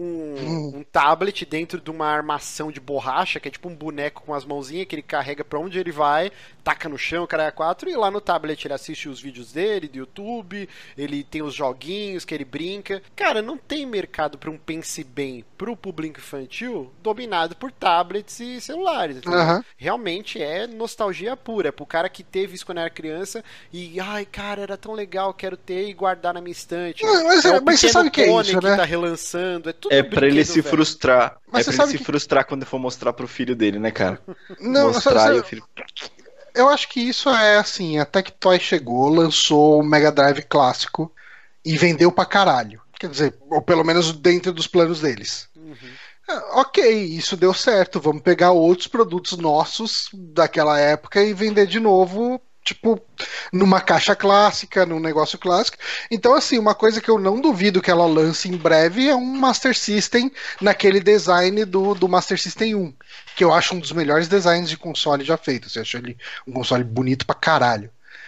um tablet dentro de uma armação de borracha, que é tipo um boneco com as mãozinhas que ele carrega pra onde ele vai, taca no chão, cara, 4, e lá no tablet ele assiste os vídeos dele, do YouTube, ele tem os joguinhos que ele brinca. Cara, não tem mercado pra um Pense Bem pro público infantil dominado por tablets e celulares. Realmente é nostalgia pura, é pro cara que teve isso quando era criança e, ai, cara, era tão legal, quero ter e guardar na minha estante. Mas você sabe que é isso, que né? tá relançando, é tudo pra ele se frustrar. Mas pra ele se frustrar quando for mostrar pro filho dele, né, cara? Não, mostrar e o filho... Eu acho que isso é assim, a Tectoy chegou, lançou o Mega Drive clássico e vendeu pra caralho. Quer dizer, ou pelo menos dentro dos planos deles. Ok, isso deu certo, vamos pegar outros produtos nossos daquela época e vender de novo, tipo, numa caixa clássica, num negócio clássico. Então, assim, uma coisa que eu não duvido que ela lance em breve é um Master System naquele design do Master System 1, que eu acho um dos melhores designs de console já feitos. Eu acho ele um console bonito pra caralho.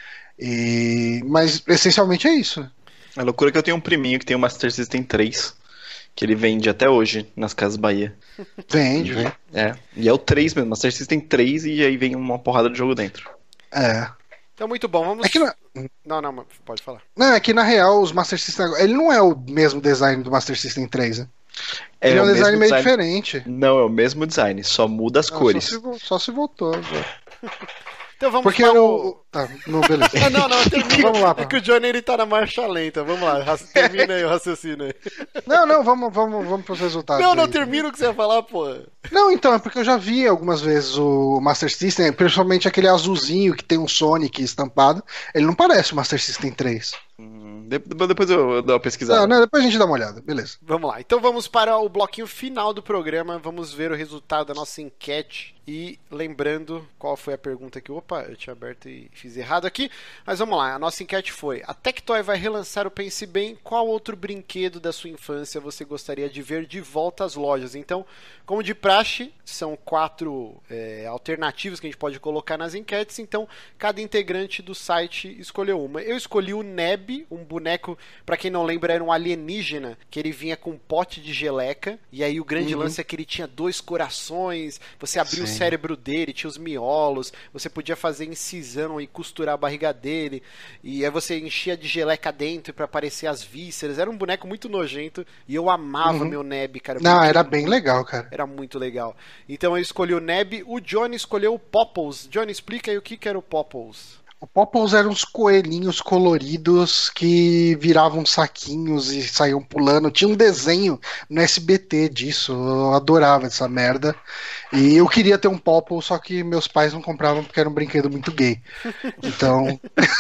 Mas, essencialmente, é isso. A loucura é que eu tenho um priminho que tem o Master System 3, que ele vende até hoje nas Casas Bahia. Vende. E é o 3 mesmo, Master System 3, e aí vem uma porrada de jogo dentro. Então, muito bom. Vamos. É que Não, pode falar. não, é que na real os Master System, ele não é o mesmo design do Master System 3, né? Ele é um o design mesmo meio diferente. Não, é o mesmo design, só muda as cores. Só se voltou. Já. Então vamos Porque para o. Tá, não, beleza. Não, termina. Vamos lá, É que o Johnny ele tá na marcha lenta. Vamos lá, termina aí o raciocínio aí. Não, vamos pros resultados. Não, aí. termina o que você ia falar, pô. Não, então, é porque eu já vi algumas vezes o Master System, principalmente aquele azulzinho que tem um Sonic estampado. Ele não parece o Master System 3. Depois eu dou uma pesquisada. Não, depois a gente dá uma olhada, beleza. Vamos lá, então vamos para o bloquinho final do programa. Vamos ver o resultado da nossa enquete. E lembrando qual foi a pergunta que... Opa, eu tinha aberto e fiz errado aqui. Mas vamos lá, a nossa enquete foi: a Tectoy vai relançar o Pense Bem. Qual outro brinquedo da sua infância você gostaria de ver de volta às lojas? Então, como de praxe, são 4 alternativas que a gente pode colocar nas enquetes. Então, cada integrante do site escolheu uma. Eu escolhi o Neb, um boneco, pra quem não lembra, era um alienígena, que ele vinha com um pote de geleca. E aí o grande lance é que ele tinha 2 corações. Você abria o cérebro dele, tinha os miolos. Você podia fazer incisão e costurar a barriga dele. E aí você enchia de geleca dentro pra aparecer as vísceras. Era um boneco muito nojento. E eu amava meu Neb, cara. Não, era bem legal, cara. Era muito legal. Então eu escolhi o Neb. O Johnny escolheu o Popples. Johnny, explica aí o que era o Popples. O Popples eram uns coelhinhos coloridos que viravam saquinhos e saíam pulando. Tinha um desenho no SBT disso. Eu adorava essa merda. E eu queria ter um Popples, só que meus pais não compravam porque era um brinquedo muito gay. Então...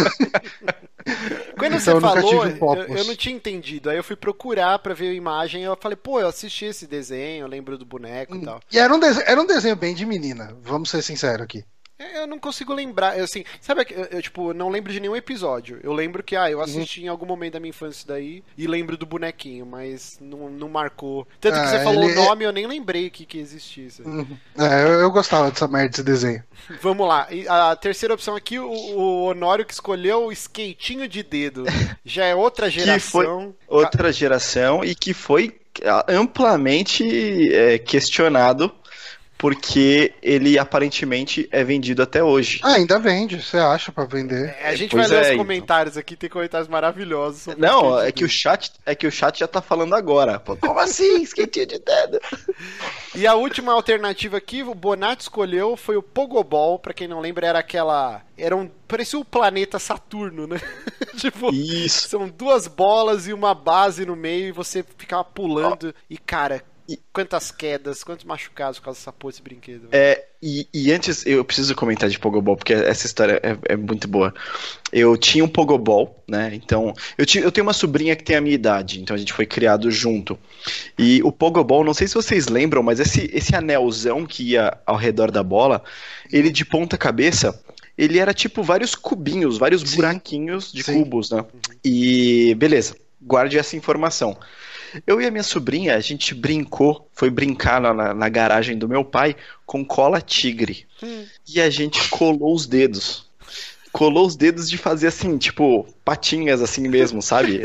Quando você falou, eu não tinha entendido. Aí eu fui procurar pra ver a imagem e eu falei, pô, eu assisti esse desenho, eu lembro do boneco e tal. E era um desenho bem de menina, vamos ser sinceros aqui. Eu não consigo lembrar, assim, sabe, eu tipo, não lembro de nenhum episódio. Eu lembro que, eu assisti em algum momento da minha infância daí e lembro do bonequinho, mas não marcou. Tanto que você falou o nome, eu nem lembrei que existisse. Eu gostava dessa merda, desse desenho. Vamos lá, e a terceira opção aqui, o Honório que escolheu o skatinho de dedo. Já é outra geração. Que foi outra geração e que foi amplamente questionado, porque ele aparentemente é vendido até hoje. Ainda vende, você acha pra vender? A gente vai ler os comentários aqui, tem comentários maravilhosos sobre Não, é que o chat já tá falando agora. Pô, como assim? Skatinho de dedo. E a última alternativa aqui, o Bonatti escolheu, foi o Pogobol. Pra quem não lembra, parecia o planeta Saturno, né? Tipo, isso. São 2 bolas e uma base no meio e você ficava pulando. E, cara, quantas quedas, quantos machucados por causa dessa porra desse brinquedo. E antes, eu preciso comentar de Pogobol, porque essa história é muito boa. Eu tinha um Pogobol, né? Então, eu tenho uma sobrinha que tem a minha idade, então a gente foi criado junto. E o Pogobol, não sei se vocês lembram, mas esse anelzão que ia ao redor da bola, ele de ponta cabeça, ele era tipo vários cubinhos, vários buraquinhos de cubos, né? E beleza, guarde essa informação. Eu e a minha sobrinha, a gente foi brincar na garagem do meu pai com cola tigre. E a gente colou os dedos. Colou os dedos de fazer assim, tipo, patinhas assim mesmo, sabe?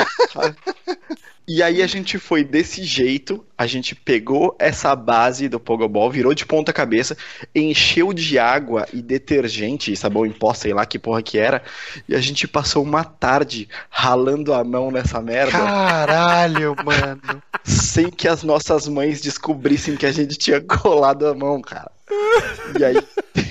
E aí a gente foi desse jeito, a gente pegou essa base do Pogobol, virou de ponta cabeça, encheu de água e detergente, sabão em pó, sei lá que porra que era, e a gente passou uma tarde ralando a mão nessa merda. Caralho, mano. Sem que as nossas mães descobrissem que a gente tinha colado a mão, cara. E aí,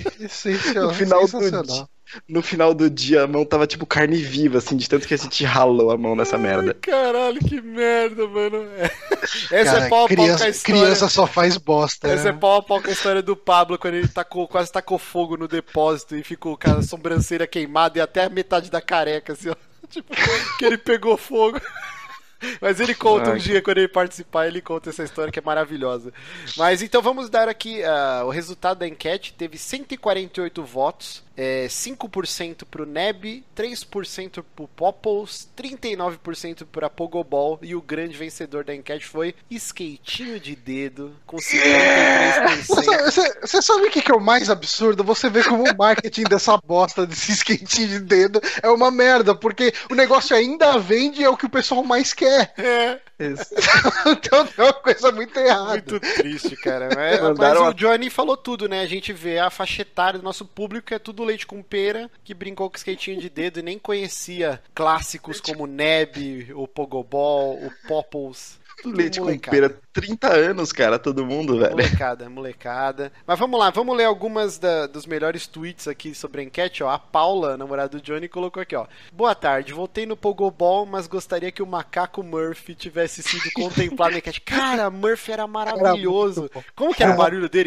no final do dia, a mão tava tipo carne viva, assim, de tanto que a gente ralou a mão nessa merda. Caralho, que merda, mano. Essa cara, é pau a pau com a história. Criança só faz bosta. Essa é pau a pau com a história do Pablo, quando ele quase tacou fogo no depósito e ficou com a sobrancelha queimada e até a metade da careca, assim, ó. Tipo, que ele pegou fogo. Mas ele conta um dia, quando ele participar, ele conta essa história que é maravilhosa. Mas então vamos dar aqui o resultado da enquete. Teve 148 votos, 5% pro Neb, 3% pro Popples, 39% pra Pogobol, e o grande vencedor da enquete foi Skatinho de Dedo, com 53%. Você sabe o que é o mais absurdo? Você vê como o marketing dessa bosta desse skatinho de dedo é uma merda, porque o negócio ainda vende e é o que o pessoal mais quer. Então tem uma coisa muito errada. Muito triste, cara. Mas Mandaram o Johnny falou tudo, né? A gente vê a faixa etária do nosso público, que é tudo leite com pera, que brincou com skatinho de dedo e nem conhecia clássicos como Neb, o Pogobol, o Popples. Leite com molecada. pera, 30 anos, cara, todo mundo, velho. Molecada. Mas vamos lá, vamos ler algumas dos melhores tweets aqui sobre a enquete, ó. A Paula, namorada do Johnny, colocou aqui, ó. Boa tarde, voltei no Pogobol, mas gostaria que o macaco Murphy tivesse sido contemplado na enquete. Cara, Murphy era maravilhoso. Como que era o barulho dele?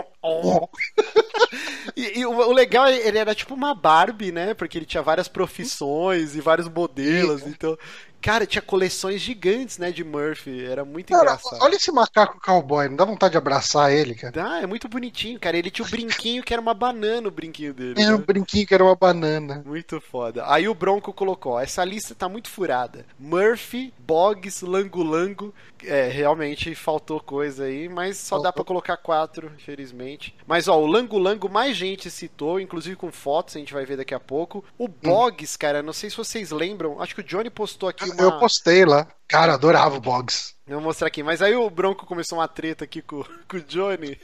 E o legal, ele era tipo uma Barbie, né? Porque ele tinha várias profissões e vários modelos, então... Cara, tinha coleções gigantes, né, de Murphy. Era muito engraçado. Olha esse macaco cowboy, não dá vontade de abraçar ele, cara? Dá, é muito bonitinho, cara. Ele tinha o brinquinho que era uma banana, o brinquinho dele. Era um né? brinquinho que era uma banana. Muito foda. Aí o Bronco colocou, ó, essa lista tá muito furada. Murphy, Boggs, Lango Lango. É, realmente faltou coisa aí, mas só dá pra colocar 4, infelizmente. Mas, ó, o Lango Lango mais gente citou, inclusive com fotos, a gente vai ver daqui a pouco. O Boggs, cara, não sei se vocês lembram, acho que o Johnny postou aqui uma... Eu postei lá. Cara, adorava o Boggs. Eu vou mostrar aqui. Mas aí o Bronco começou uma treta aqui com o Johnny.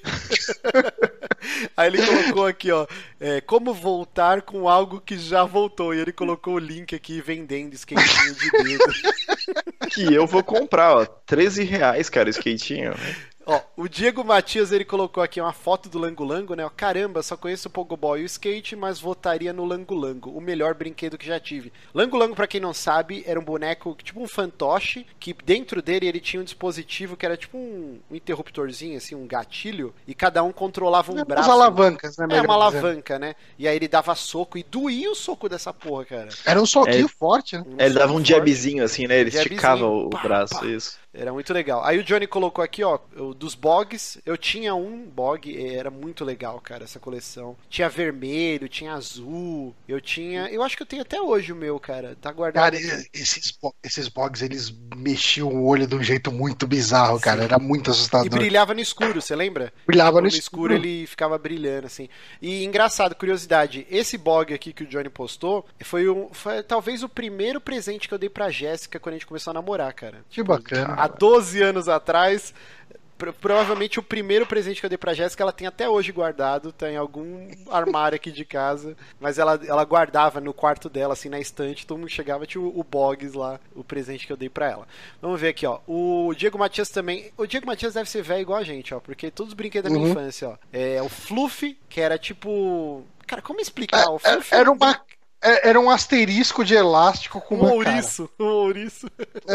Aí ele colocou aqui, ó. Como voltar com algo que já voltou. E ele colocou o link aqui vendendo skatinho de dedo. Que eu vou comprar, ó. R$13, cara, o skatinho. Ó, o Diego Matias, ele colocou aqui uma foto do Lango Lango, né? Ó, caramba, só conheço o Pogobol e o skate, mas votaria no Lango Lango, o melhor brinquedo que já tive. Lango Lango, pra quem não sabe, era um boneco, tipo um fantoche, que dentro dele ele tinha um dispositivo que era tipo um interruptorzinho, assim, um gatilho, e cada um controlava um braço. Umas alavancas, né? Uma alavanca, né? E aí ele dava soco, e doía o soco dessa porra, cara. Era um soquinho forte, né? Ele dava um forte. jabzinho, assim, né? Ele esticava o Pá, braço, pá. isso. Era muito legal. Aí o Johnny colocou aqui, ó, dos Bogs. Eu tinha um Bog, era muito legal, cara, essa coleção. Tinha vermelho, tinha azul. Eu acho que eu tenho até hoje o meu, cara. Tá guardado. Cara, esses Bogs, eles mexiam o olho de um jeito muito bizarro, cara. Sim. Era muito assustador. E brilhava no escuro, você lembra? Brilhava no no escuro. Ele ficava brilhando, assim. E engraçado, curiosidade, esse Bog aqui que o Johnny postou foi talvez o primeiro presente que eu dei pra Jéssica quando a gente começou a namorar, cara. Que bacana. Há 12 anos atrás, provavelmente o primeiro presente que eu dei pra Jéssica, ela tem até hoje guardado, tá em algum armário aqui de casa, mas ela guardava no quarto dela, assim, na estante, todo mundo chegava, tinha o Boggs lá, o presente que eu dei pra ela. Vamos ver aqui, ó, o Diego Matias também, o Diego Matias deve ser velho igual a gente, ó, porque todos os brinquedos da minha infância, ó, o Fluffy, que era tipo... Cara, como explicar? O Fluffy era um asterisco de elástico com uma ouriço, um ouriço.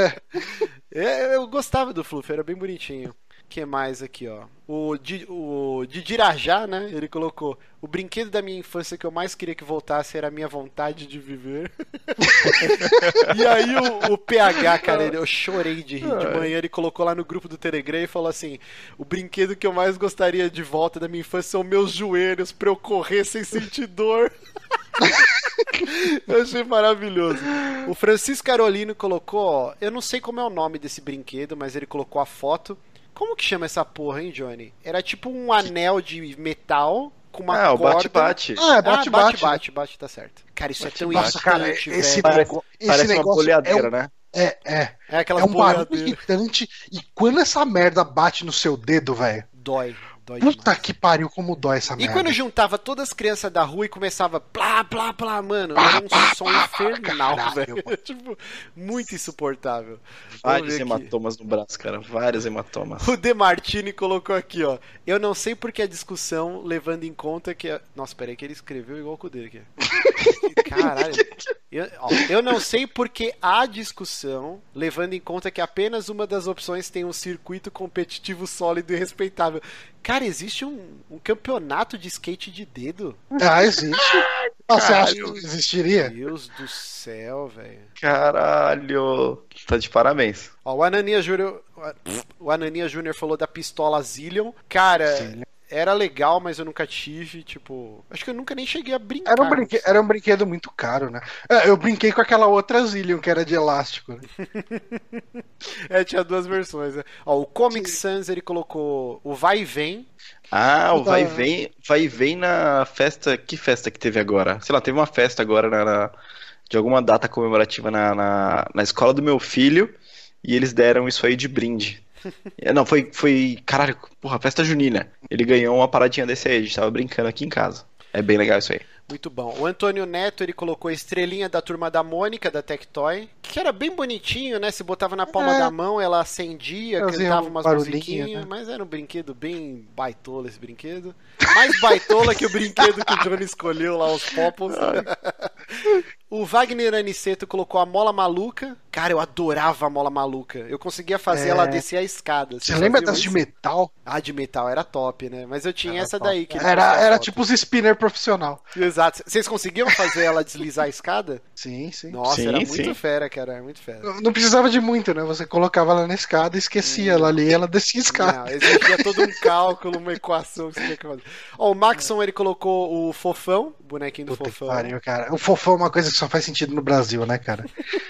Eu gostava do Fluffy, era bem bonitinho. O que mais aqui, ó? O Didirajá, né? Ele colocou: o brinquedo da minha infância que eu mais queria que voltasse era a minha vontade de viver. E aí o PH, cara, eu chorei de rir. De manhã ele colocou lá no grupo do Telegram e falou assim: o brinquedo que eu mais gostaria de volta da minha infância são meus joelhos pra eu correr sem sentir dor. Eu achei maravilhoso. O Francisco Carolino colocou, ó, eu não sei como é o nome desse brinquedo, mas ele colocou a foto. Como que chama essa porra, hein, Johnny? Era tipo um anel de metal com uma corda. O bate-bate. Bate, tá certo. Cara, isso é tão Nossa, cara, irritante, esse velho. Parece uma boleadeira, né? É aquela um barulho boleadeira. irritante. E quando essa merda bate no seu dedo, velho... Dói Puta demais. que pariu, como dói essa merda. E quando juntava todas as crianças da rua e começava plá, plá, plá, mano, era um som infernal, velho. Tipo, muito insuportável. Vários hematomas no braço, cara. Vários hematomas. O De Martini colocou aqui, ó. Eu não sei porque a discussão, levando em conta que... Nossa, peraí, que ele escreveu igual com o dele aqui. Caralho. Eu não sei porque há discussão, levando em conta que apenas uma das opções tem um circuito competitivo sólido e respeitável. Cara, existe um campeonato de skate de dedo? Existe. Você acha que existiria? Meu Deus do céu, velho. Caralho. Tá de parabéns. Ó, o Anania Júnior falou da pistola Zillion. Cara... Sim. Era legal, mas eu nunca tive, tipo... Acho que eu nunca nem cheguei a brincar. Era um brinquedo muito caro, né? Eu brinquei com aquela outra Zillion, que era de elástico. Né? Tinha duas versões, né? Ó, o Comic Sans, ele colocou o Vai e Vem. O Vai e Vem na festa... Que festa que teve agora? Sei lá, teve uma festa agora de alguma data comemorativa na escola do meu filho. e eles deram isso aí de brinde. Não, foi, caralho, porra, festa junina. Ele ganhou uma paradinha desse aí, a gente tava brincando aqui em casa. É bem legal isso aí. Muito bom. O Antônio Neto, ele colocou a estrelinha da Turma da Mônica, da Tectoy, que era bem bonitinho, né? Se botava na palma da mão, ela acendia, cantava umas musiquinhas, né? Mas era um brinquedo bem baitola esse brinquedo. Mais baitola que o brinquedo que o Johnny escolheu lá, os Popples. O Wagner Aniceto colocou a mola maluca. Cara, eu adorava a mola maluca. Eu conseguia fazer ela descer a escada. Você lembra das de metal? Ah, de metal era top, né? Mas eu tinha essa daí. Que era tipo os spinner profissional. Exato. Vocês conseguiam fazer ela deslizar a escada? Sim, sim. Nossa, era muito fera, cara. Era muito fera. Não precisava de muito, né? Você colocava ela na escada e esquecia ela ali e ela descia a escada. Não, exigia todo um cálculo, uma equação que você tinha que fazer. Ó, o Maxon, ele colocou o Fofão, o bonequinho do Fofão. Pariu, cara. O Fofão é uma coisa que só faz sentido no Brasil, né, cara?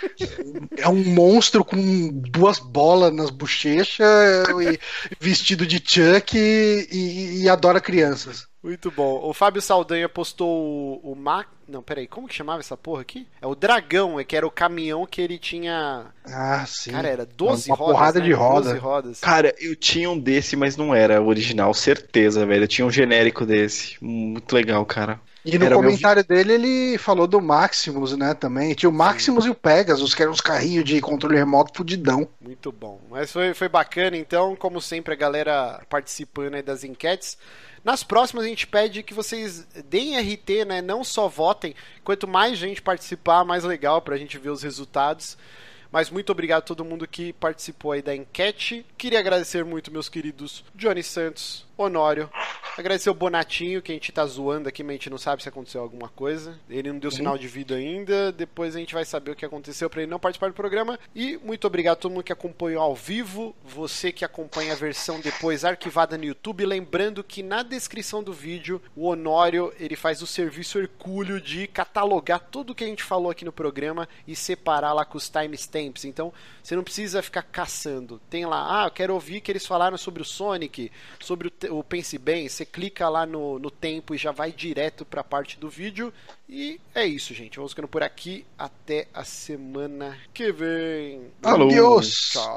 É um monstro com 2 bolas nas bochechas, vestido de Chuck e adora crianças. Muito bom. O Fábio Saldanha postou o Não, peraí, como que chamava essa porra aqui? É o Dragão, que era o caminhão que ele tinha... Ah, sim. Cara, era 12 uma rodas, porrada né? de roda. 12 rodas. Cara, eu tinha um desse, mas não era original, certeza, velho. Eu tinha um genérico desse. Muito legal, cara. E no comentário dele ele falou do Maximus, né, também. Tinha o Maximus e o Pegasus, que eram uns carrinhos de controle remoto fudidão. Muito bom. Mas foi bacana, então, como sempre, a galera participando aí das enquetes. Nas próximas a gente pede que vocês deem RT, né? Não só votem. Quanto mais gente participar, mais legal pra gente ver os resultados. Mas muito obrigado a todo mundo que participou aí da enquete. Queria agradecer muito meus queridos Johnny Santos, Honório. Agradecer o Bonatinho, que a gente tá zoando aqui, mas a gente não sabe se aconteceu alguma coisa. Ele não deu sinal de vida ainda. Depois a gente vai saber o que aconteceu pra ele não participar do programa. E muito obrigado a todo mundo que acompanhou ao vivo. Você que acompanha a versão depois arquivada no YouTube. Lembrando que na descrição do vídeo, o Honório, ele faz o serviço hercúleo de catalogar tudo que a gente falou aqui no programa e separar lá com os timestamps. Então, você não precisa ficar caçando. Tem lá, eu quero ouvir que eles falaram sobre o Sonic, sobre o Pense Bem. Você clica lá no tempo e já vai direto pra parte do vídeo. E é isso, gente. Vamos ficando por aqui. Até a semana que vem. Alô. Adeus.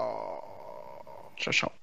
Tchau. Tchau, tchau.